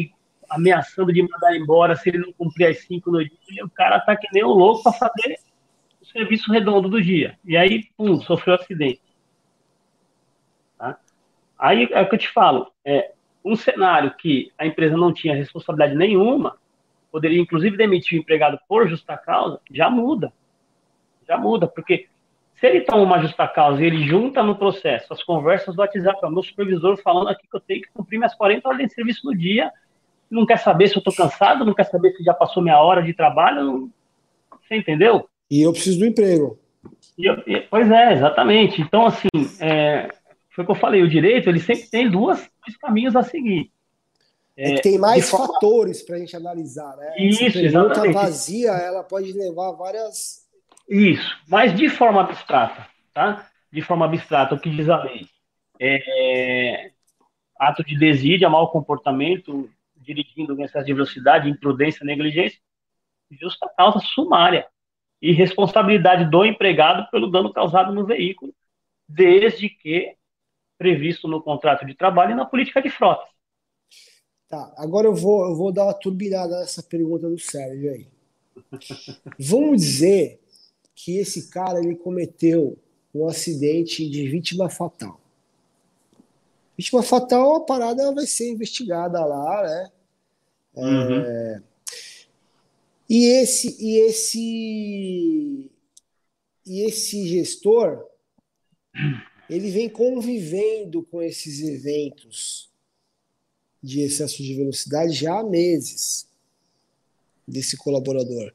ameaçando de mandar embora se ele não cumprir as cinco no dia, o cara tá que nem um louco para fazer o serviço redondo do dia. E aí, pum, sofreu um acidente. Tá? Aí é o que eu te falo, é, um cenário que a empresa não tinha responsabilidade nenhuma, poderia inclusive demitir o empregado por justa causa, já muda. Já muda, porque se ele toma uma justa causa e ele junta no processo as conversas do WhatsApp, é o meu supervisor falando aqui que eu tenho que cumprir minhas quarenta horas de serviço no dia, não quer saber se eu estou cansado, não quer saber se já passou minha hora de trabalho, não... Você entendeu? E eu preciso do emprego. E eu, e, pois é, exatamente. Então, assim, é, foi o que eu falei, o direito, ele sempre tem duas, dois caminhos a seguir. É, é que tem mais forma... fatores para a gente analisar, né? Isso, essa pergunta exatamente. vazia, ela pode levar a várias... Isso, mas de forma abstrata, tá? De forma abstrata, o que diz a lei? É, ato de desídia, mau comportamento, dirigindo com excesso de velocidade, imprudência, negligência, justa causa sumária e responsabilidade do empregado pelo dano causado no veículo, desde que previsto no contrato de trabalho e na política de frotas. Tá, agora eu vou, eu vou dar uma turbinada nessa pergunta do Sérgio aí. Vamos dizer que esse cara ele cometeu um acidente de vítima fatal. Vítima fatal, a parada vai ser investigada lá, né? Uhum. É... E esse e esse e esse gestor, ele vem convivendo com esses eventos de excesso de velocidade já há meses desse colaborador.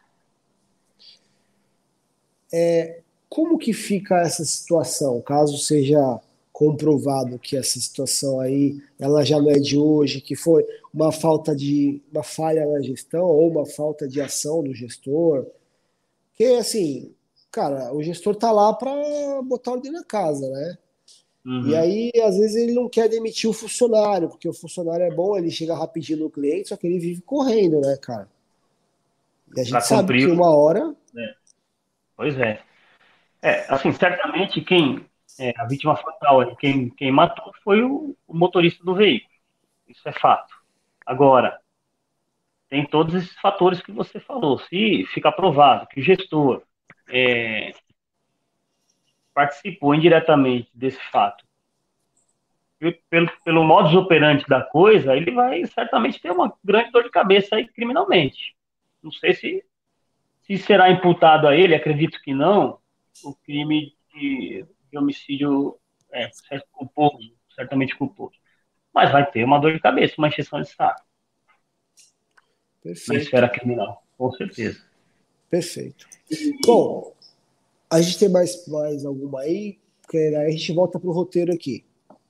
É, como que fica essa situação, caso seja comprovado que essa situação aí, ela já não é de hoje, que foi uma falta de, uma falha na gestão ou uma falta de ação do gestor, que assim, cara, o gestor tá lá para botar ordem na casa, né? Uhum. E aí, às vezes, ele não quer demitir o funcionário, porque o funcionário é bom, ele chega rapidinho no cliente, só que ele vive correndo, né, cara? E a gente sabe que uma hora... É. Pois é. É, assim, certamente quem, é, a vítima fatal, quem, quem matou foi o, o motorista do veículo. Isso é fato. Agora, tem todos esses fatores que você falou. Se fica provado que o gestor é, participou indiretamente desse fato, pelo, pelo modus operandi da coisa, ele vai certamente ter uma grande dor de cabeça aí criminalmente. Não sei se, se será imputado a ele, acredito que não, o crime de, de homicídio é, culposo, certamente culposo. Mas vai ter uma dor de cabeça, uma encheção de saco. Perfeito. Na esfera criminal, com certeza. Perfeito. Bom, a gente tem mais, mais alguma aí? Porque aí a gente volta pro roteiro aqui.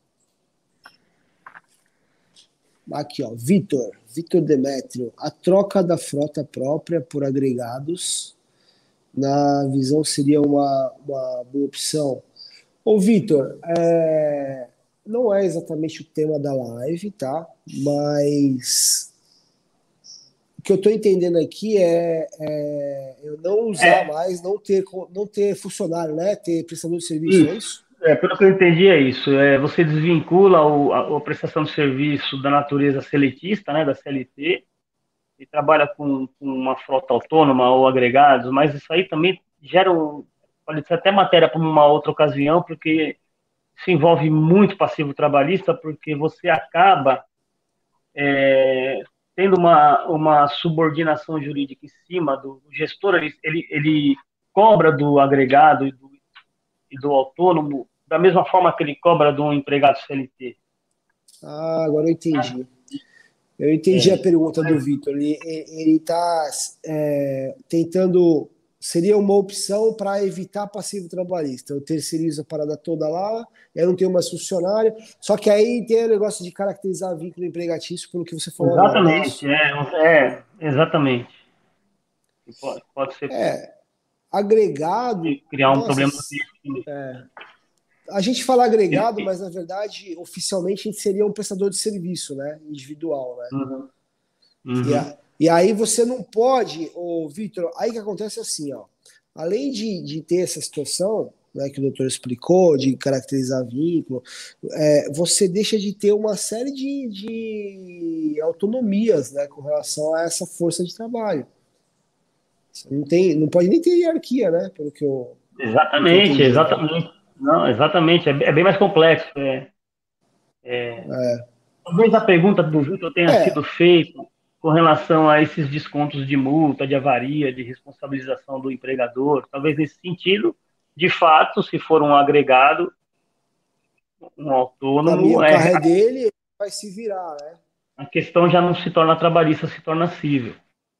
Aqui, ó, Vitor, Vitor Demétrio. A troca da frota própria por agregados, na visão, seria uma, uma boa opção. Ô, Vitor, é, não é exatamente o tema da live, tá? Mas o que eu estou entendendo aqui é, é eu não usar é. mais, não ter, não ter funcionário, né? Ter prestador de serviço, isso. é isso? É, pelo que eu entendi é isso. É, você desvincula o, a, a prestação de serviço da natureza seletista, né, da C L T, e trabalha com, com uma frota autônoma ou agregados, mas isso aí também gera um, pode ser até matéria para uma outra ocasião, porque se envolve muito passivo trabalhista, porque você acaba é, tendo uma, uma subordinação jurídica em cima do, do gestor, ele, ele, ele cobra do agregado e do, e do autônomo da mesma forma que ele cobra de um empregado C L T. Ah, agora eu entendi. Eu entendi é. a pergunta do Vitor. Ele está é, tentando... Seria uma opção para evitar passivo trabalhista. Eu terceirizo a parada toda lá, eu não tenho mais funcionário. Só que aí tem o negócio de caracterizar vínculo empregatício, pelo que você falou. Exatamente, agora, é, é, exatamente. Pode, pode ser. É, agregado... Criar um nossa, problema. É, a gente fala agregado, mas na verdade, oficialmente, a gente seria um prestador de serviço, né? Individual, né? Uhum. Uhum. E, a, e aí você não pode, ô, Vitor, aí que acontece assim, ó. Além de, de ter essa situação, né, que o doutor explicou, de caracterizar vínculo, é, você deixa de ter uma série de, de autonomias, né, com relação a essa força de trabalho. Você não tem, não pode nem ter hierarquia, né, pelo que eu, pelo que eu Exatamente, entendi, né? exatamente. Não, exatamente, é, é bem mais complexo. É, talvez a pergunta do Vitor tenha É, sido feita com relação a esses descontos de multa, de avaria, de responsabilização do empregador. Talvez nesse sentido, de fato, se for um agregado, um o caminho, autônomo, o carro é, é dele, ele vai se virar, né? a questão já não se torna trabalhista, se torna civil.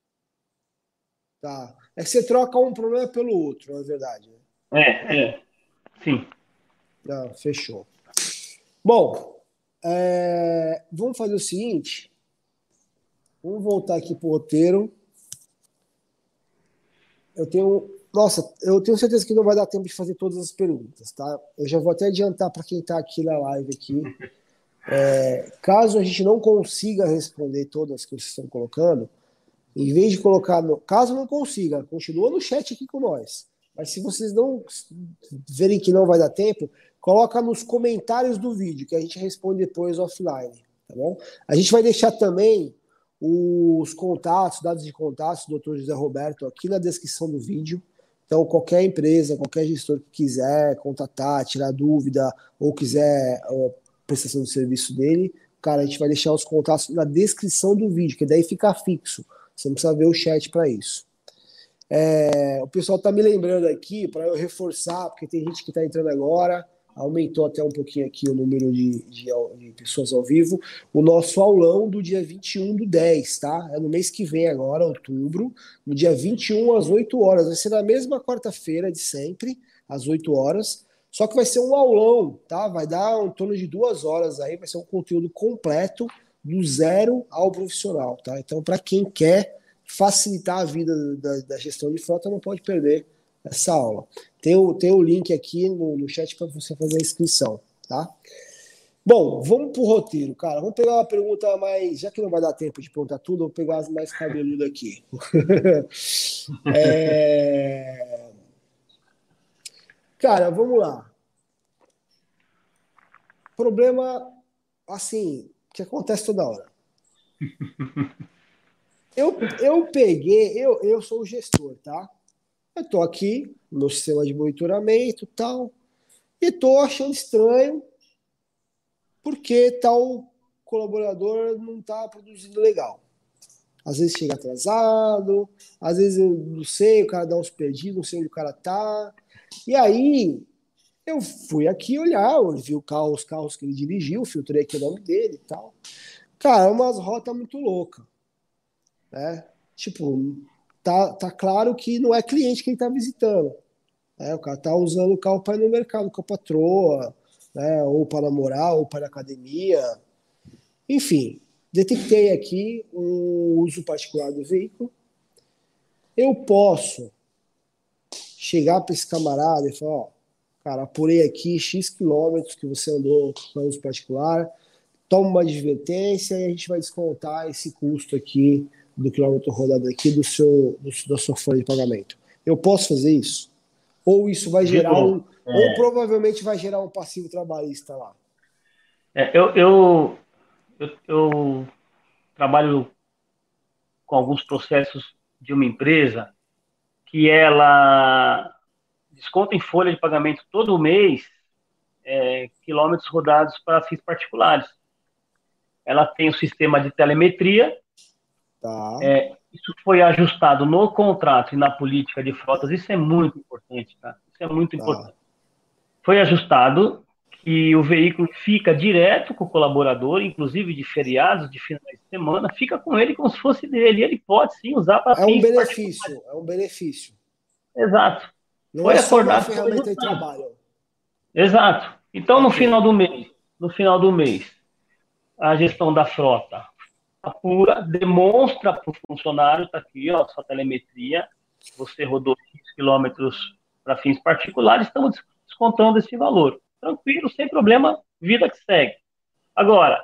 Tá. É que você troca um problema pelo outro, na verdade, né? É, é, sim. Não, fechou. Bom, é, vamos fazer o seguinte. Vamos voltar aqui pro roteiro. Eu tenho, nossa, eu tenho certeza que não vai dar tempo de fazer todas as perguntas, tá? Eu já vou até adiantar para quem está aqui na live aqui. É, caso a gente não consiga responder todas que vocês estão colocando, em vez de colocar no, caso não consiga, continua no chat aqui com nós. Mas se vocês não verem que não vai dar tempo, coloca nos comentários do vídeo que a gente responde depois offline, tá bom? A gente vai deixar também os contatos, dados de contatos do doutor José Roberto aqui na descrição do vídeo. Então, qualquer empresa, qualquer gestor que quiser contatar, tirar dúvida ou quiser a prestação de serviço dele, cara, a gente vai deixar os contatos na descrição do vídeo, que daí fica fixo. Você não precisa ver o chat para isso. É, o pessoal está me lembrando aqui para eu reforçar, porque tem gente que está entrando agora, aumentou até um pouquinho aqui o número de, de, de pessoas ao vivo, o nosso aulão do dia vinte e um do dez, tá? É no mês que vem agora, outubro, no dia vinte e um às oito horas, vai ser na mesma quarta-feira de sempre, às oito horas, só que vai ser um aulão, tá? Vai dar em torno de duas horas aí, vai ser um conteúdo completo, do zero ao profissional, tá? Então, para quem quer facilitar a vida da, da gestão de frota, não pode perder essa aula. Tem o, tem o link aqui no, no chat para você fazer a inscrição, tá? Bom, vamos pro roteiro, cara. Vamos pegar uma pergunta mais. Já que não vai dar tempo de perguntar tudo, eu vou pegar as mais cabeludas aqui. é... Cara, vamos lá. Problema, assim, que acontece toda hora. Eu, eu peguei, eu, eu sou o gestor, tá? Eu tô aqui no meu sistema de monitoramento e tal, e tô achando estranho porque tal colaborador não tá produzindo legal. Às vezes chega atrasado, às vezes eu não sei, o cara dá uns perdidos, não sei onde o cara tá. E aí eu fui aqui olhar, eu vi o carro, os carros que ele dirigiu, filtrei aqui o nome dele e tal. Cara, umas rotas muito loucas, né? Tipo, tá, tá claro que não é cliente que ele tá visitando. Né? O cara tá usando o carro para ir no mercado com a patroa, né? Ou para namorar, ou para academia. Enfim, detectei aqui um uso particular do veículo. Eu posso chegar para esse camarada e falar, ó, cara, apurei aqui X quilômetros que você andou com uso particular, toma uma advertência e a gente vai descontar esse custo aqui do quilômetro rodado aqui do seu, do, da sua folha de pagamento. Eu posso fazer isso? Ou isso vai gerar Vitor, um, ou provavelmente vai gerar um passivo trabalhista lá? é, eu, eu, eu, eu trabalho com alguns processos de uma empresa que ela desconta em folha de pagamento todo mês é, quilômetros rodados para fins particulares. Ela tem o um sistema de telemetria, Tá, é, isso foi ajustado no contrato e na política de frotas, isso é muito importante, tá? Isso é muito tá. importante. Foi ajustado que o veículo fica direto com o colaborador, inclusive de feriados, de finais de semana, fica com ele como se fosse dele. Ele pode sim usar para É um fins particulares. benefício, é um benefício. Exato. Não Foi é só uma acordado, foi ferramenta de ajustado. trabalho. Exato. Então, no Ok. final do mês, no final do mês, a gestão da frota apura, demonstra para o funcionário, está aqui, ó, sua telemetria, você rodou X quilômetros para fins particulares, estamos descontando esse valor. Tranquilo, sem problema, vida que segue. Agora,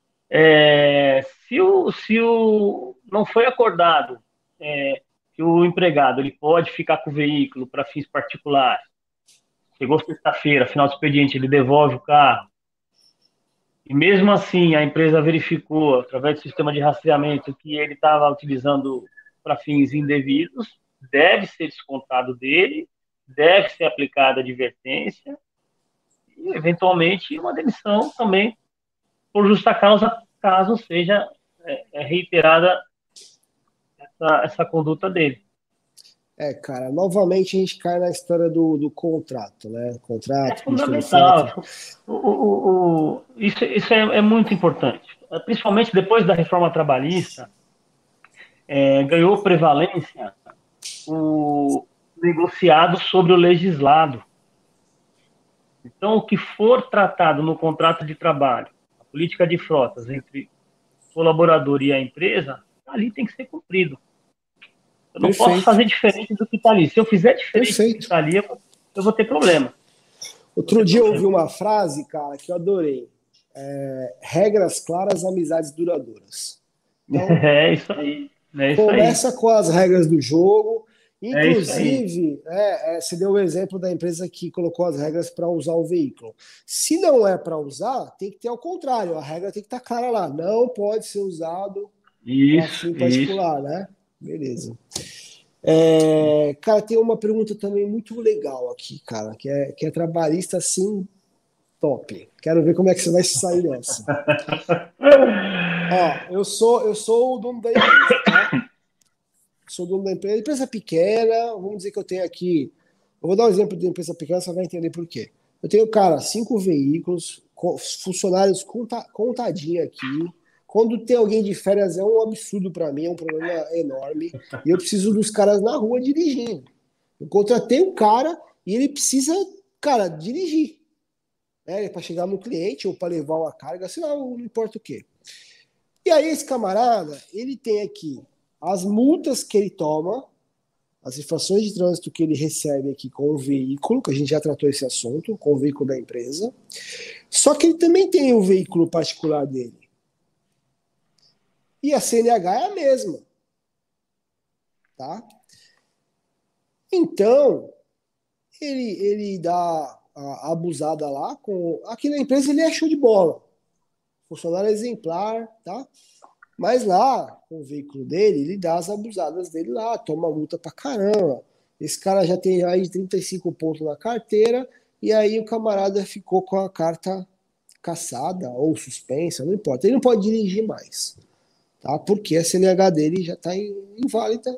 é, se, o, se o não foi acordado é, que o empregado ele pode ficar com o veículo para fins particulares, chegou sexta-feira, final do expediente, ele devolve o carro, e mesmo assim a empresa verificou, através do sistema de rastreamento, que ele estava utilizando para fins indevidos, deve ser descontado dele, deve ser aplicada a advertência e, eventualmente, uma demissão também por justa causa, caso seja é, é reiterada essa, essa conduta dele. É, cara, novamente a gente cai na história do, do contrato, né? É Contrato, política de fundamental. frota. O, o, o, isso isso é, é muito importante. Principalmente depois da reforma trabalhista, é, ganhou prevalência o negociado sobre o legislado. Então, o que for tratado no contrato de trabalho, a política de frotas entre o colaborador e a empresa, ali tem que ser cumprido. Eu não posso Perfeito, fazer diferente do que está ali. Se eu fizer diferente do que perfeito. está ali, eu, eu vou ter problema. Vou Outro ter dia eu ouvi problema. uma frase, cara, que eu adorei. É, regras claras, amizades duradouras. Então, É isso aí. É isso aí. começa com as regras do jogo. É isso aí. Inclusive, é, é, você deu o exemplo da empresa que colocou as regras para usar o veículo. Se não é para usar, tem que ter ao contrário. A regra tem que estar clara lá. Não pode ser usado para Isso, fim isso. particular, né? Beleza. É, cara, tem uma pergunta também muito legal aqui, cara, que é, que é trabalhista, assim, top. Quero ver como é que você vai se sair dessa. Ó, eu sou, eu sou o dono da empresa, tá? Sou dono da empresa, empresa pequena, vamos dizer que eu tenho aqui. Eu vou dar um exemplo de empresa pequena, você vai entender por quê. Eu tenho, cara, cinco veículos, funcionários conta, contadinho aqui. Quando tem alguém de férias é um absurdo para mim, é um problema enorme. E eu preciso dos caras na rua dirigindo. Eu contratei um cara e ele precisa, cara, dirigir. Né, para chegar no cliente ou para levar uma carga, sei lá, não importa o quê. E aí esse camarada, ele tem aqui as multas que ele toma, as infrações de trânsito que ele recebe aqui com o veículo, que a gente já tratou esse assunto, com o veículo da empresa. Só que ele também tem o veículo particular dele. E a C N H é a mesma. Tá? Então, ele, ele dá a abusada lá. Com aqui na empresa ele é show de bola. Funcionário exemplar, tá? Mas lá, com o veículo dele, ele dá as abusadas dele lá, toma multa pra caramba. Esse cara já tem aí trinta e cinco pontos na carteira, e aí o camarada ficou com a carta cassada ou suspensa, não importa. Ele não pode dirigir mais, tá? Porque a C N H dele já está inválida.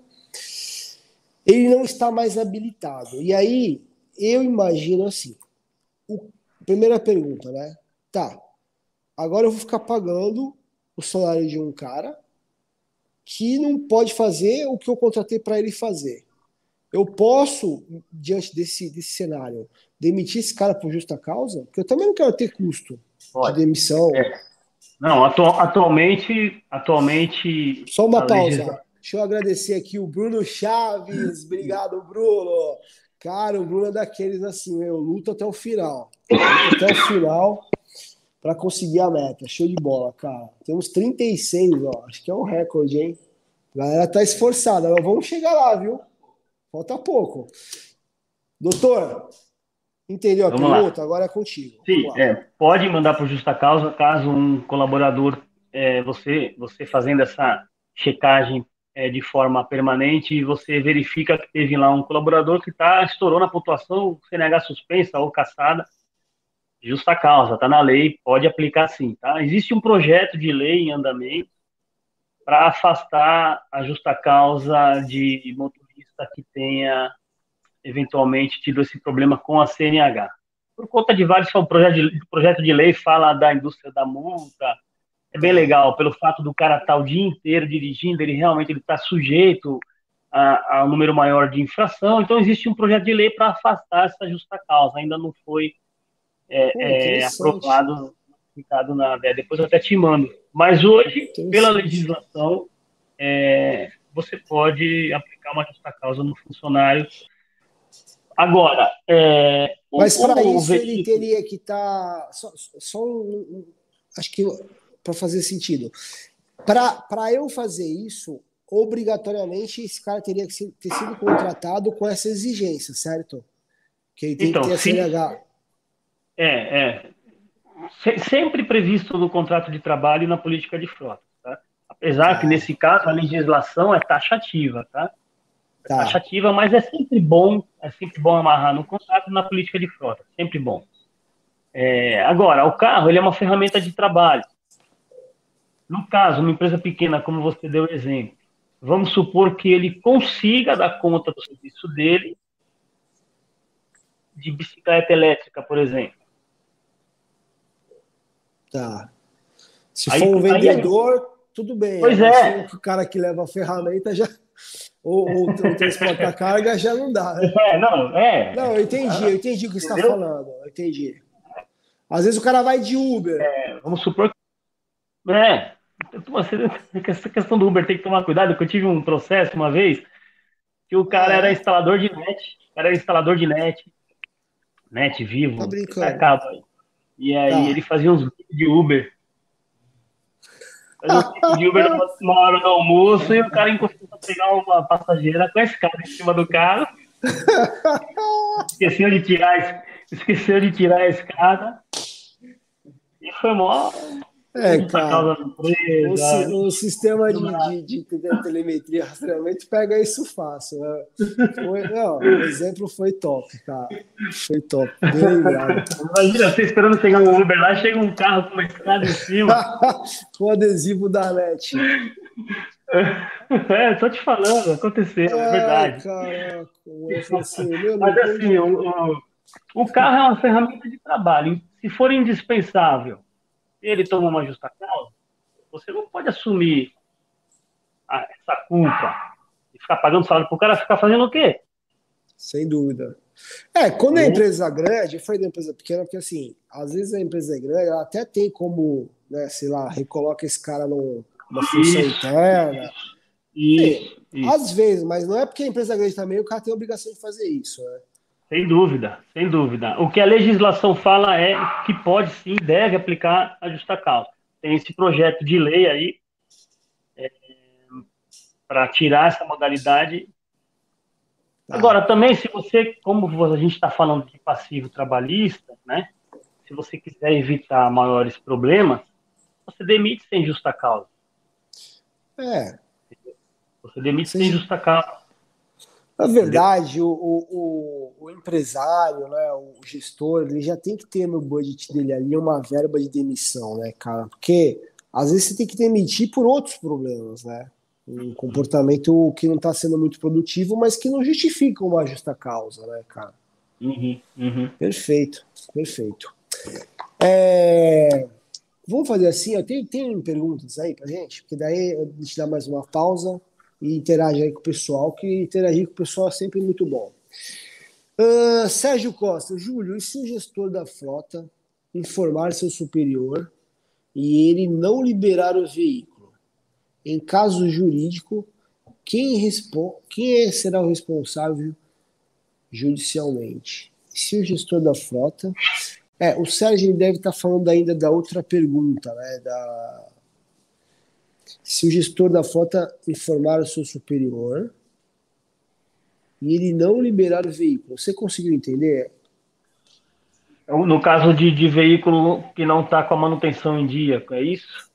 Ele não está mais habilitado. E aí, eu imagino assim, o, primeira pergunta, né? Tá, agora eu vou ficar pagando o salário de um cara que não pode fazer o que eu contratei para ele fazer. Eu posso, diante desse, desse cenário, demitir esse cara por justa causa? Porque eu também não quero ter custo de Pode. demissão. É. Não, atu atualmente, atualmente Só a uma pausa. legislação. Deixa eu agradecer aqui o Bruno Chaves. Obrigado, Bruno. Cara, o Bruno é daqueles assim, eu luto até o final. Luto até o final para conseguir a meta. Show de bola, cara. Temos trinta e seis, ó. Acho que é um recorde, hein? A galera tá esforçada. Nós vamos chegar lá, viu? Falta pouco. Doutor, entendeu a Vamos lá. pergunta? Agora é contigo. Vamos Sim, lá. é, pode mandar por justa causa caso um colaborador, é, você, você fazendo essa checagem é, de forma permanente e você verifica que teve lá um colaborador que tá, estourou na pontuação, C N H suspensa ou cassada, justa causa, está na lei, pode aplicar sim, tá? Existe um projeto de lei em andamento para afastar a justa causa de motorista que tenha eventualmente tido esse problema com a C N H. Por conta de vários, o projeto de, o projeto de lei fala da indústria da multa, é bem Tá. legal, pelo fato do cara estar o dia inteiro dirigindo, ele realmente está sujeito a, a um número maior de infração, então existe um projeto de lei para afastar essa justa causa, ainda não foi Pô, é, é, interessante. aprovado, aplicado na, é, depois eu até te mando. Mas hoje, pela Interessante. legislação, é, você pode aplicar uma justa causa no funcionário. Agora, é, Mas para o, o isso ele veículo. teria que estar. Tá, só, só um, um, acho que para fazer sentido. Para eu fazer isso, obrigatoriamente esse cara teria que ter sido contratado com essa exigência, certo? Que tem que Então, ter a se, C N H. é, é se- sempre previsto no contrato de trabalho e na política de frota, tá? Apesar que, Tá, nesse caso, a legislação é taxativa, tá? É tá, taxativa, mas é sempre bom, é sempre bom amarrar no contrato e na política de frota, sempre bom. É, agora, o carro, ele é uma ferramenta de trabalho. No caso, uma empresa pequena, como você deu o exemplo, vamos supor que ele consiga dar conta do serviço dele de bicicleta elétrica, por exemplo. tá. Se Aí, for um aí vendedor, tudo bem. pois Agora, se for é, o cara que leva a ferramenta, já. Ou, ou, ou transporta carga, já não dá, né? é, não, Não, é, eu entendi, eu entendi o que você está entendeu? falando. Eu entendi. Às vezes o cara vai de Uber. É, vamos supor que, é, essa questão do Uber tem que tomar cuidado, porque eu tive um processo uma vez que o Ah, cara era é? instalador de net, o cara era instalador de net, net Tá vivo, qualquer brincando. cabo aí. E aí ele Tá. fazia uns vídeos de Uber, fazia um vídeo de Uber numa, numa hora do almoço e o cara encostou para pegar uma passageira com a escada em cima do carro, esqueceu de tirar, esqueceu de tirar a escada e foi mó, É, justa cara. causa da O, si- empresa, o sistema não, de, não, de, de te- telemetria e rastreamento pega isso fácil, né? Foi, não, o exemplo foi top, cara. Foi top, bem lembrado. imagina, você esperando chegar um Uber lá, chega um carro com uma escada em cima. Com o adesivo da net. É, tô te falando, aconteceu, é Ai, verdade. caraca. Eu falei assim, meu, não Mas assim, pode. o, o, o carro é uma ferramenta de trabalho. Se for indispensável, ele toma uma justa causa, você não pode assumir a- essa culpa e ficar pagando salário pro cara ficar fazendo o quê? Sem dúvida. É, quando é Entendeu? empresa grande, eu falei da empresa pequena, porque assim, às vezes a empresa é grande, ela até tem como, né, sei lá, recoloca esse cara num- numa função Isso, interna. Sim, isso, isso. às vezes, mas não é porque a empresa é grande também, o cara tem a obrigação de fazer isso, né? Sem dúvida, sem dúvida. O que a legislação fala é que pode sim, deve aplicar a justa causa. Tem esse projeto de lei aí para tirar essa modalidade. Tá. Agora, também, se você, como a gente está falando de passivo trabalhista, né? Se você quiser evitar maiores problemas, você demite sem justa causa. É, Você demite sem seja, justa causa, na entendeu? verdade, o, o, o, o empresário, né, o gestor, ele já tem que ter no budget dele ali uma verba de demissão, né, cara? Porque às vezes você tem que demitir por outros problemas, né? Um comportamento que não está sendo muito produtivo, mas que não justifica uma justa causa, né, cara? Uhum, uhum. Perfeito, perfeito. É, vamos fazer assim, ó, tem, tem perguntas aí pra gente? Porque daí a gente dá mais uma pausa e interage aí com o pessoal, que interagir com o pessoal é sempre muito bom. Ah, Sérgio Costa, Júlio, e se o gestor da frota informar seu superior e ele não liberar o veículo? Em caso jurídico, quem, respo- quem é- será o responsável judicialmente? Se o gestor da frota. É, o Sérgio ele deve estar falando ainda da outra pergunta, né? Da, se o gestor da frota informar o seu superior e ele não liberar o veículo. Você conseguiu entender? No caso de, de veículo que não está com a manutenção em dia, é isso?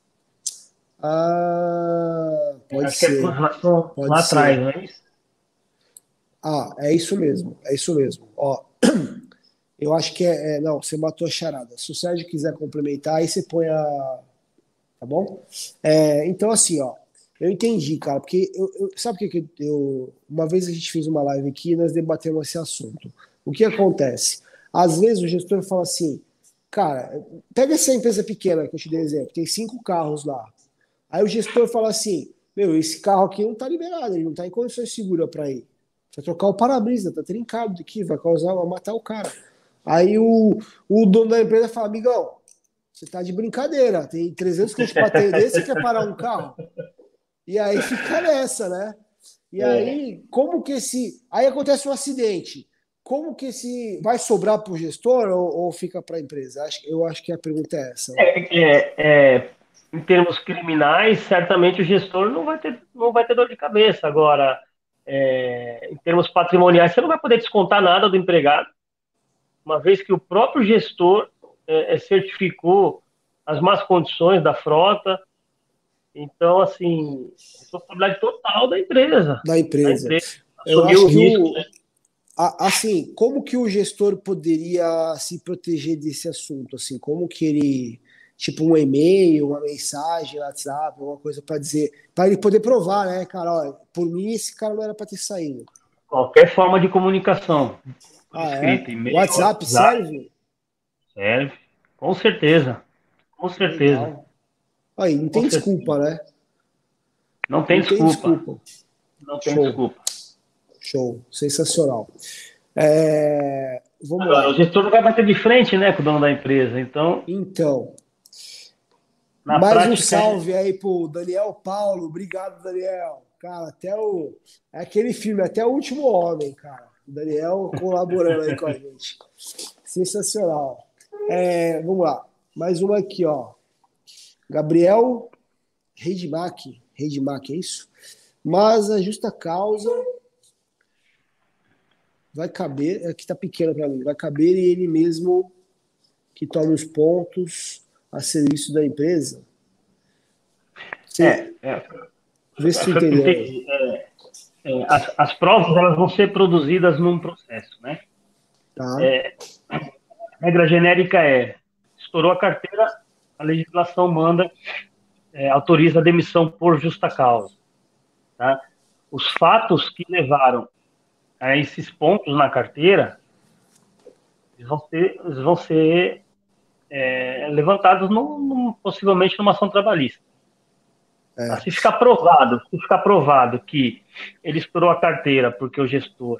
Ah, pode Acho que é com ser, relação pode lá atrás, ser. não é isso? Ah, é isso mesmo, é isso mesmo. Ó, eu acho que é, é- não, você matou a charada. Se o Sérgio quiser complementar, aí você põe a, tá bom? É, então assim, ó, eu entendi, cara, porque eu, eu- sabe o que que eu, uma vez a gente fez uma live aqui e nós debatemos esse assunto. O que acontece? Às vezes o gestor fala assim, cara, pega essa empresa pequena que eu te dei exemplo, tem cinco carros lá. Aí o gestor fala assim, meu, esse carro aqui não tá liberado, ele não tá em condições seguras para ir. Vai trocar o para-brisa, tá trincado aqui, vai causar, vai matar o cara. Aí o, o dono da empresa fala, amigão, você tá de brincadeira, tem trezentos quilômetros de passeio desse, você quer parar um carro? E aí fica nessa, né? E É, aí, como que esse. Aí acontece um acidente. Como que esse. Vai sobrar para o gestor ou, ou fica para a empresa? Acho- Eu acho que a pergunta é essa, né? é, é, é, em termos criminais, certamente o gestor não vai ter, não vai ter dor de cabeça. Agora, é, em termos patrimoniais, você não vai poder descontar nada do empregado, uma vez que o próprio gestor é, é, certificou as más condições da frota. Então, assim, responsabilidade total da empresa. Da Da empresa. empresa Eu assumir acho o que risco, o, né? a- assim, como que o gestor poderia se proteger desse assunto? Assim, como que ele, tipo um e-mail, uma mensagem, WhatsApp, alguma coisa para dizer, para ele poder provar, né, cara, olha, por mim esse cara não era para ter saído. Qualquer forma de comunicação, por Ah, é? escrito, e-mail, WhatsApp WhatsApp, serve? serve. Com certeza, com certeza, Legal. Aí, não com tem certeza. desculpa, né? Não tem Não tem desculpa, desculpa. não tem Show, desculpa. show, sensacional. É, vamos Agora, o lá. gestor não vai bater de frente, né, com o dono da empresa. Então, Então, na mais um prática, é, salve aí pro Daniel Paulo. Obrigado, Daniel. Cara, até o. É aquele filme, até o último homem, cara. O Daniel colaborando aí com a gente. Sensacional. É, vamos lá. Mais uma aqui, ó. Gabriel Redmack. Redmack, é isso? Mas a justa causa vai caber. Aqui tá pequeno para mim. Vai caber e ele mesmo que tome os pontos a serviço da empresa. é, Você é, vê se tu foi o que eu entendeu aí. entendi. É, é, as, as provas elas vão ser produzidas num processo, né? Tá? A regra genérica é, estourou a carteira, a legislação manda, é, autoriza a demissão por justa causa, tá? Os fatos que levaram a esses pontos na carteira, eles vão ser, eles vão ser é, levantados num, num, possivelmente numa ação trabalhista. Tá? É. Se ficar provado, se ficar provado que ele estourou a carteira porque o gestor,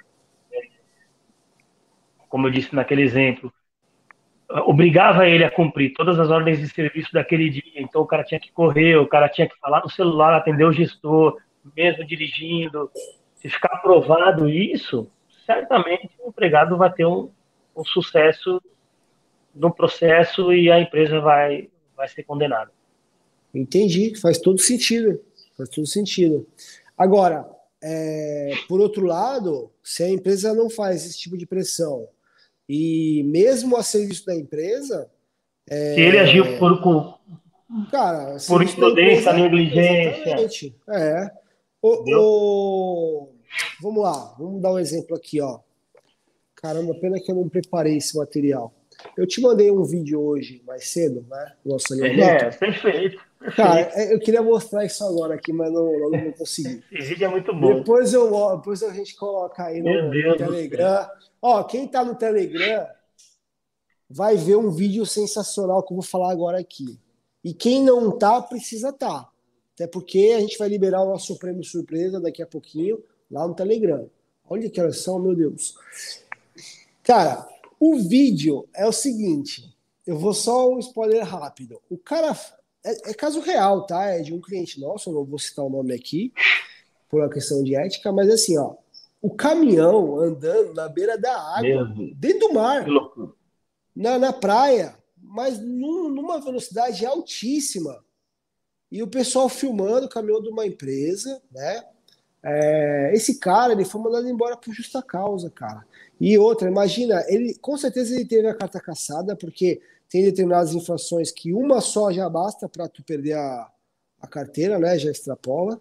como eu disse naquele exemplo, obrigava ele a cumprir todas as ordens de serviço daquele dia, então o cara tinha que correr, o cara tinha que falar no celular, atender o gestor, mesmo dirigindo. Se ficar provado isso, certamente o empregado vai ter um, um sucesso no processo e a empresa vai, vai ser condenada. Entendi, faz todo sentido. Faz todo sentido. Agora, é, por outro lado, se a empresa não faz esse tipo de pressão e mesmo a serviço da empresa, Se ele agiu é, por, por, cara, a por serviço da imprudência, empresa, negligência, exatamente. É. entendeu? O, o- vamos lá, vamos dar um exemplo aqui, ó. Caramba, pena que eu não preparei esse material. Eu te mandei um vídeo hoje, mais cedo, né? Nosso alinhamento. É, perfeito, Cara, perfeito. é, eu queria mostrar isso agora aqui, mas não, não, não consegui. Esse vídeo é muito bom. Depois eu, depois a gente coloca aí Meu no, no Deus do céu. Telegram. Ó, quem tá no Telegram vai ver um vídeo sensacional que eu vou falar agora aqui. E quem não tá, precisa tá. Até porque a gente vai liberar o nosso prêmio surpresa daqui a pouquinho lá no Telegram. Olha que horas são, meu Deus. Cara, o vídeo é o seguinte. Eu vou só um spoiler rápido. O cara é, é caso real, tá? É de um cliente nosso, eu não vou citar o nome aqui, por uma questão de ética, mas assim, ó, o caminhão andando na beira da Meu água, Deus. dentro do Que mar, loucura. na, na praia, mas num- numa velocidade altíssima. E o pessoal filmando o caminhão de uma empresa, né? É, esse cara, ele foi mandado embora por justa causa, cara. E outra, imagina, ele com certeza ele teve a carta cassada, porque tem determinadas infrações que uma só já basta para tu perder a, a carteira, né? Já extrapola.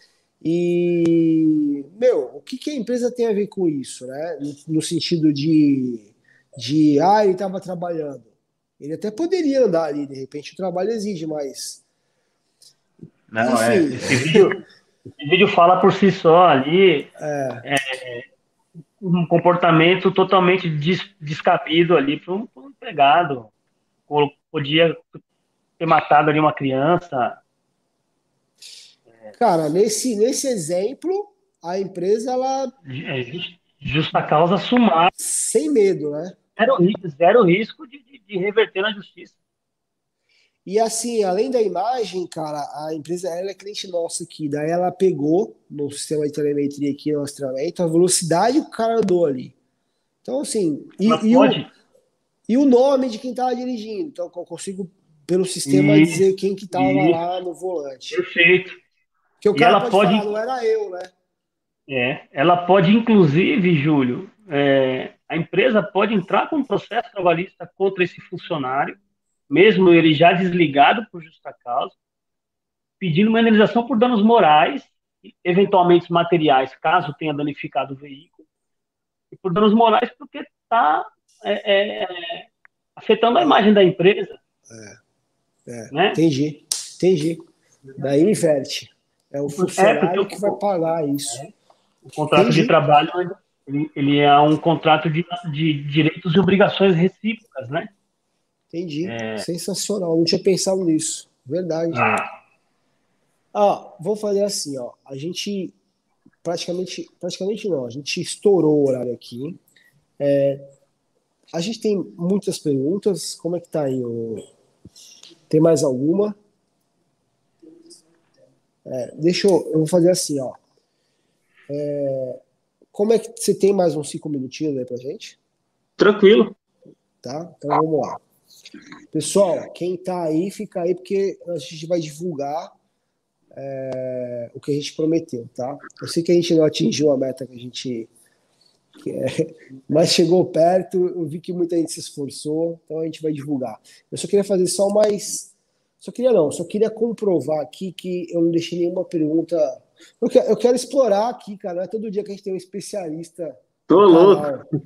E, meu, o que, que a empresa tem a ver com isso, né? No, no sentido de, de, ah, ele estava trabalhando. Ele até poderia andar ali, de repente o trabalho exige, mas, Não, é. enfim, Esse vídeo, esse vídeo fala por si só ali, é, um comportamento totalmente des, descabido ali para um, um empregado. Podia ter matado ali uma criança. cara, nesse, nesse exemplo, a empresa, ela, É, justa causa sumar, sem medo, né? zero, zero risco de, de, de reverter na justiça. E assim, além da imagem, cara, a empresa ela é cliente nossa aqui. Daí ela pegou no sistema de telemetria aqui no rastreamento a velocidade que o cara andou ali. Então, assim, Ela e, e o, pode. e o nome de quem estava dirigindo. Então, eu consigo, pelo sistema, Isso, dizer quem que estava isso, lá no volante. perfeito. Porque o E cara ela pode falar, pode, não era eu, né? é, ela pode inclusive, Júlio, é, A empresa pode entrar com um processo trabalhista contra esse funcionário, mesmo ele já desligado por justa causa, pedindo uma indenização por danos morais, eventualmente materiais, caso tenha danificado o veículo, e por danos morais porque está é, é, afetando a imagem da empresa. É, é, né? Entendi, entendi. Daí inverte. É o funcionário é que vai pagar isso. É. O contrato entendi. de trabalho ele, ele é um contrato de, de direitos e obrigações recíprocas, né? Entendi. É... Sensacional. Não tinha pensado nisso. Verdade. Ah. Ah, vou fazer assim, ó. A gente praticamente, praticamente não. A gente estourou o horário aqui. É, a gente tem muitas perguntas. Como é que tá aí? O... Tem mais alguma? É, deixa eu, eu vou fazer assim, ó. É, como é que você tem mais uns cinco minutinhos aí pra gente? Tranquilo. Tá? Então vamos lá. Pessoal, quem tá aí, fica aí, porque a gente vai divulgar é, o que a gente prometeu, tá? Eu sei que a gente não atingiu a meta que a gente quer, mas chegou perto, eu vi que muita gente se esforçou, então a gente vai divulgar. Eu só queria fazer só mais... Só queria não, só queria comprovar aqui que eu não deixei nenhuma pergunta... Eu quero, eu quero explorar aqui, cara, não é todo dia que a gente tem um especialista. Tô louco.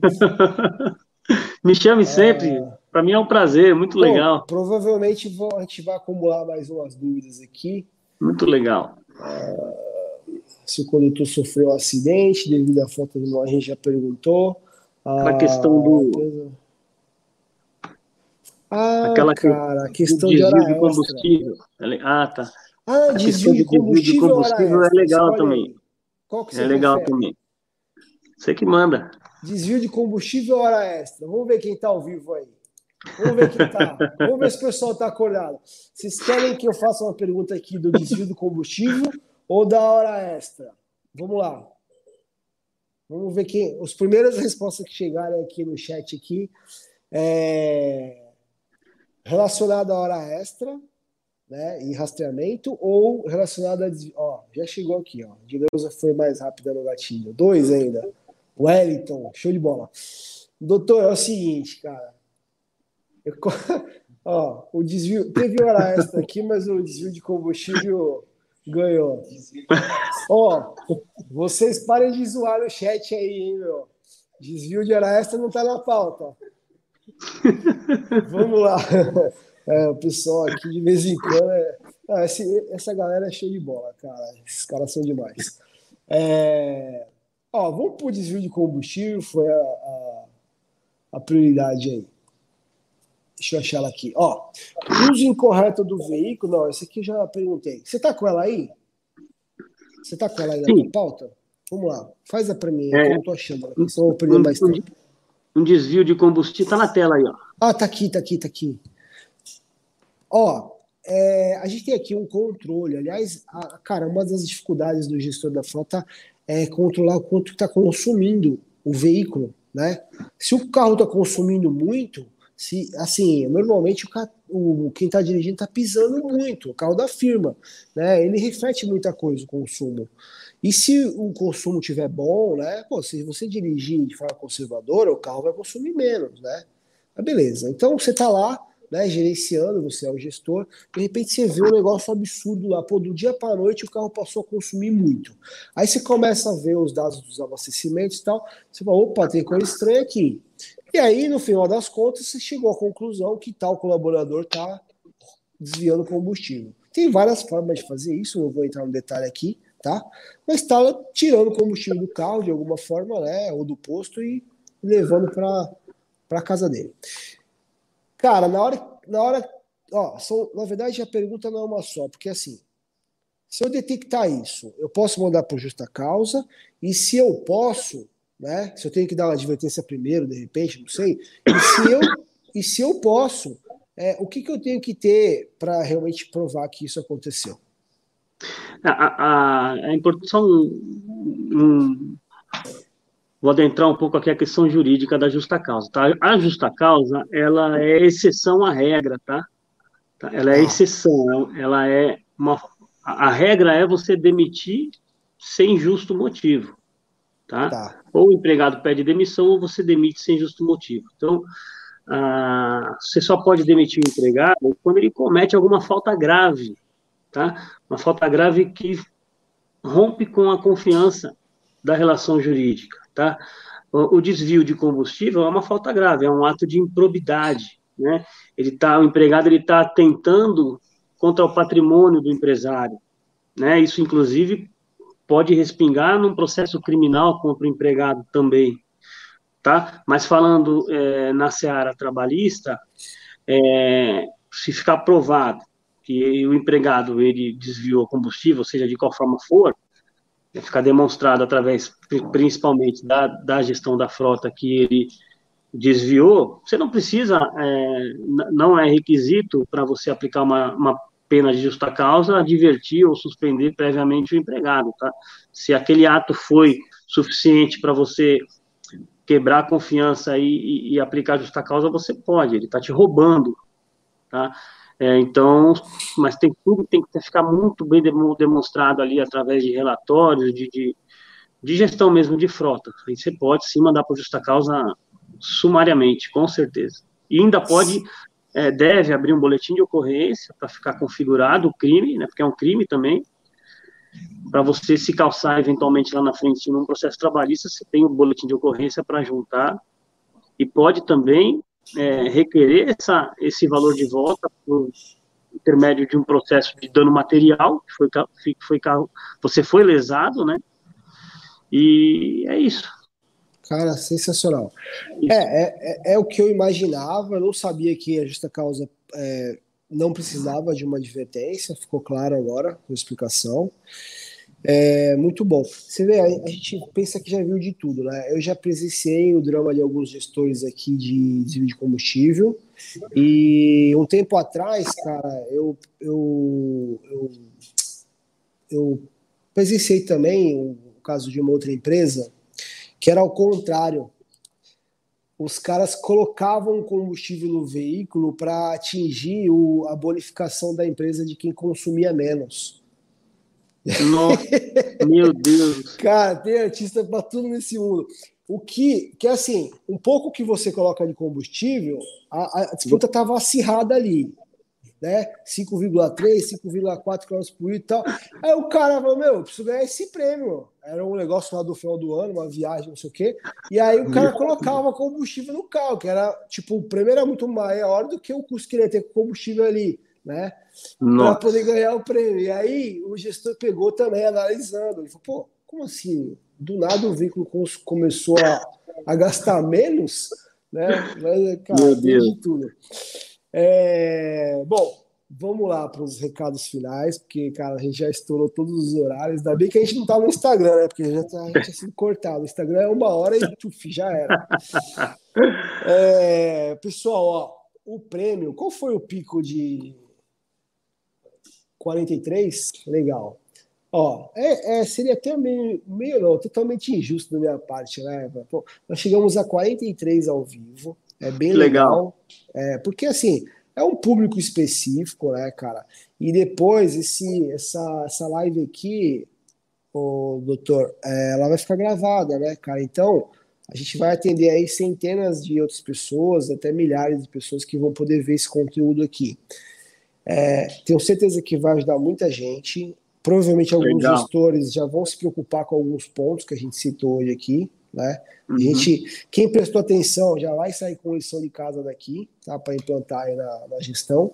Me chame sempre. Ah, para mim é um prazer, muito bom, legal. Provavelmente vou, a gente vai acumular mais umas dúvidas aqui. Muito legal. Ah, se o condutor sofreu um acidente devido à falta de mão, a gente já perguntou. Aquela ah, questão do... Ah, Aquela cara, que... questão desvio de hora de combustível. extra. Ah, tá. Ah, a desvio de combustível, desvio de combustível é legal também. Aí. Qual que você é legal prefere? também. Você que manda. Desvio de combustível ou hora extra? Vamos ver quem tá ao vivo aí. Vamos ver quem tá. Vamos ver se o pessoal tá acordado. Vocês querem que eu faça uma pergunta aqui do desvio do combustível ou da hora extra? Vamos lá. Vamos ver quem. As primeiras respostas que chegarem aqui no chat aqui é relacionada à hora extra, né, e rastreamento, ou relacionada a desvio. Ó, já chegou aqui, ó. De Neuza foi mais rápida no gatilho. Dois ainda. Wellington, show de bola. Doutor, é o seguinte, cara. Eu, ó, o desvio. Teve hora extra aqui, mas o desvio de combustível ganhou. Ó, vocês parem de zoar no chat aí, hein, meu. Desvio de hora extra não tá na pauta. Vamos lá. É, o pessoal aqui de vez em quando. É... Ah, esse, essa galera é cheia de bola, cara. Esses caras são demais. É... Ó, vamos pro desvio de combustível, foi a, a, a prioridade aí. Deixa eu achar ela aqui. Ó, uso incorreto do veículo. Não, esse aqui eu já perguntei. Você tá com ela aí? Você tá com ela aí na tua pauta? Vamos lá. Faz a pra mim, é, eu não tô achando ela aqui, senão eu vou perder mais tempo. Um desvio de combustível, tá na tela aí, ó. Ah, tá aqui, tá aqui, tá aqui. Ó, é, a gente tem aqui um controle. Aliás, a, cara, uma das dificuldades do gestor da frota é controlar o quanto está consumindo o veículo, né? Se o carro está consumindo muito, se, assim, normalmente o, o quem está dirigindo está pisando muito, o carro da firma, né? Ele reflete muita coisa, o consumo. E se o consumo estiver bom, né? Pô, se você dirigir de forma conservadora, o carro vai consumir menos, né? Mas beleza. Então você está lá, né, gerenciando, você é o gestor, de repente você vê um negócio absurdo lá, pô, do dia para a noite o carro passou a consumir muito. Aí você começa a ver os dados dos abastecimentos e tal, você fala, opa, tem coisa estranha aqui. E aí, no final das contas, você chegou à conclusão que tal colaborador está desviando combustível. Tem várias formas de fazer isso, não vou entrar no detalhe aqui, tá? Mas está tirando combustível do carro, de alguma forma, né, ou do posto, e levando para a casa dele. Cara, na hora, na hora, ó, são, na verdade a pergunta não é uma só, porque assim, se eu detectar isso, eu posso mandar por justa causa, e se eu posso, né, se eu tenho que dar uma advertência primeiro, de repente, não sei, e se eu, e se eu posso, é, o que, que eu tenho que ter para realmente provar que isso aconteceu? A, a, a importação, um, vou adentrar um pouco aqui a questão jurídica da justa causa, tá? A justa causa, ela é exceção à regra, tá? Ela é exceção, ela é uma... A regra é você demitir sem justo motivo, tá? Tá. Ou o empregado pede demissão ou você demite sem justo motivo. Então, ah, você só pode demitir o empregado quando ele comete alguma falta grave, tá? Uma falta grave que rompe com a confiança da relação jurídica, tá? O, o desvio de combustível é uma falta grave, é um ato de improbidade, né? Ele tá, o empregado ele está atentando contra o patrimônio do empresário, né? Isso, inclusive, pode respingar num processo criminal contra o empregado também, tá? Mas falando é, na seara trabalhista, é, se ficar provado que o empregado ele desviou combustível, seja de qual forma for, é, ficar demonstrado através, principalmente, da, da gestão da frota que ele desviou, você não precisa, é, não é requisito para você aplicar uma, uma pena de justa causa, advertir ou suspender previamente o empregado, tá? Se aquele ato foi suficiente para você quebrar a confiança e, e, e aplicar justa causa, você pode, ele está te roubando, tá? É, então, mas tem tudo tem que ficar muito bem demonstrado ali através de relatórios, de, de, de gestão mesmo de frota. Aí você pode sim mandar por justa causa sumariamente, com certeza. E ainda pode, é, deve abrir um boletim de ocorrência para ficar configurado o crime, né, porque é um crime também, para você se calçar eventualmente lá na frente num processo trabalhista, você tem o boletim de ocorrência para juntar, e pode também é, requerer essa, esse valor de volta por intermédio de um processo de dano material, que foi, foi, você foi lesado, né? E é isso. Cara, sensacional. É, é, é o que eu imaginava, eu não sabia que a justa causa é, não precisava de uma advertência, ficou claro agora com a explicação. É muito bom. Você vê, a gente pensa que já viu de tudo, né? Eu já presenciei o drama de alguns gestores aqui de desvio de combustível, e um tempo atrás, cara, eu, eu, eu, eu presenciei também o caso de uma outra empresa que era ao contrário. Os caras colocavam combustível no veículo para atingir o, a bonificação da empresa de quem consumia menos. Nossa, meu Deus. Cara, tem artista para tudo nesse mundo. O que, que assim, um pouco que você coloca de combustível, a, a disputa estava acirrada ali, né? cinco vírgula três, cinco vírgula quatro quilômetros por litro e tal. Aí o cara falou, meu, eu preciso ganhar esse prêmio. Era um negócio lá do final do ano, uma viagem, não sei o quê. E aí o cara colocava combustível no carro, que era, tipo, o prêmio era muito maior do que o custo que ele ia ter com combustível ali, né? Para poder ganhar o prêmio. E aí o gestor pegou também, analisando. Ele falou, pô, como assim? Do nada o veículo começou a, a gastar menos, né? Mas, cara, meu Deus. Tem de tudo. É, bom, vamos lá para os recados finais, porque, cara, a gente já estourou todos os horários. Ainda bem que a gente não tá no Instagram, né? Porque já tá, a gente tinha sido cortado. O Instagram é uma hora e tuf, já era. É, pessoal, ó, o prêmio, qual foi o pico de quarenta e três? Legal. Ó, é, é, seria até meio, meio não, totalmente injusto da minha parte, né? Pô, nós chegamos a quarenta e três ao vivo. É bem legal. legal. É, porque, assim, é um público específico, né, cara? E depois, esse, essa, essa live aqui, ô, doutor, é, ela vai ficar gravada, né, cara? Então, a gente vai atender aí centenas de outras pessoas, até milhares de pessoas que vão poder ver esse conteúdo aqui. É, tenho certeza que vai ajudar muita gente. Provavelmente alguns legal. Gestores já vão se preocupar com alguns pontos que a gente citou hoje aqui, né? Uhum. A gente, quem prestou atenção já vai sair com lição de casa daqui, tá? Para implantar aí na, na gestão.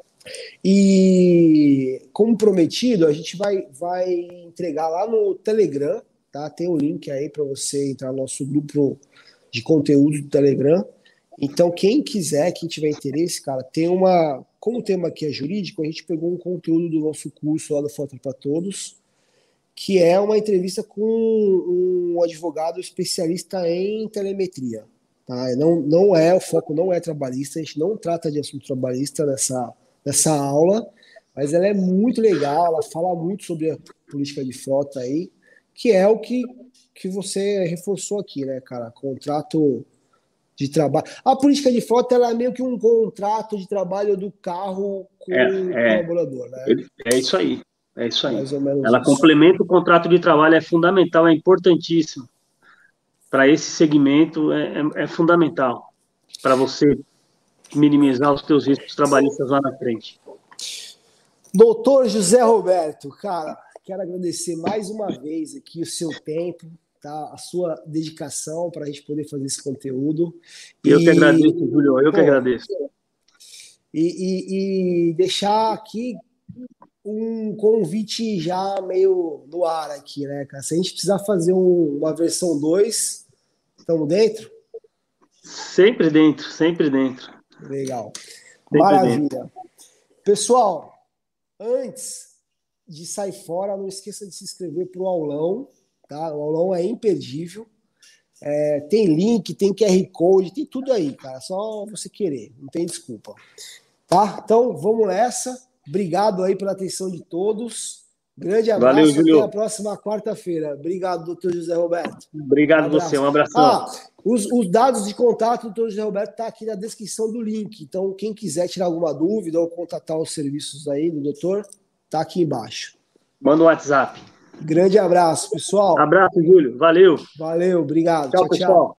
E como prometido, a gente vai, vai entregar lá no Telegram, tá? Tem o um link aí para você entrar no nosso grupo de conteúdo do Telegram. Então, quem quiser, quem tiver interesse, cara, tem uma... Como o tema aqui é jurídico, a gente pegou um conteúdo do nosso curso lá do Frota para Todos, que é uma entrevista com um advogado especialista em telemetria. Tá? Não, não é, o foco não é trabalhista, a gente não trata de assunto trabalhista nessa, nessa aula, mas ela é muito legal, ela fala muito sobre a política de frota aí, que é o que, que você reforçou aqui, né, cara? Contrato de trabalho. A política de frota ela é meio que um contrato de trabalho do carro com é, o é, colaborador, né? É isso aí, é isso aí. Mais ou menos ela isso. Complementa o contrato de trabalho, é fundamental, é importantíssimo. para esse segmento é, é, é fundamental para você minimizar os seus riscos trabalhistas lá na frente. Doutor José Roberto, cara, quero agradecer mais uma vez aqui o seu tempo, tá? A sua dedicação para a gente poder fazer esse conteúdo. Eu e, que agradeço, Júlio, eu pô, que agradeço. E, e, e deixar aqui um convite já meio no ar aqui, né, cara? Se a gente precisar fazer um, uma versão dois, estamos dentro? Sempre dentro, sempre dentro. Legal. Sempre Maravilha. Dentro. Pessoal, antes de sair fora, não esqueça de se inscrever para o aulão, tá? O aulão é imperdível. É, tem link, tem Q R Code, tem tudo aí, cara. Só você querer, não tem desculpa. Tá? Então, vamos nessa. Obrigado aí pela atenção de todos. Grande abraço. Valeu, Júlio. Até a próxima quarta-feira. Obrigado, doutor José Roberto. Obrigado um você. Um abração. Ah, os, os dados de contato do doutor José Roberto estão tá aqui na descrição do link. Então, quem quiser tirar alguma dúvida ou contatar os serviços aí do doutor, tá aqui embaixo. Manda um WhatsApp. Grande abraço, pessoal. Abraço, Júlio. Valeu. Valeu, obrigado. Tchau, tchau, pessoal. Tchau.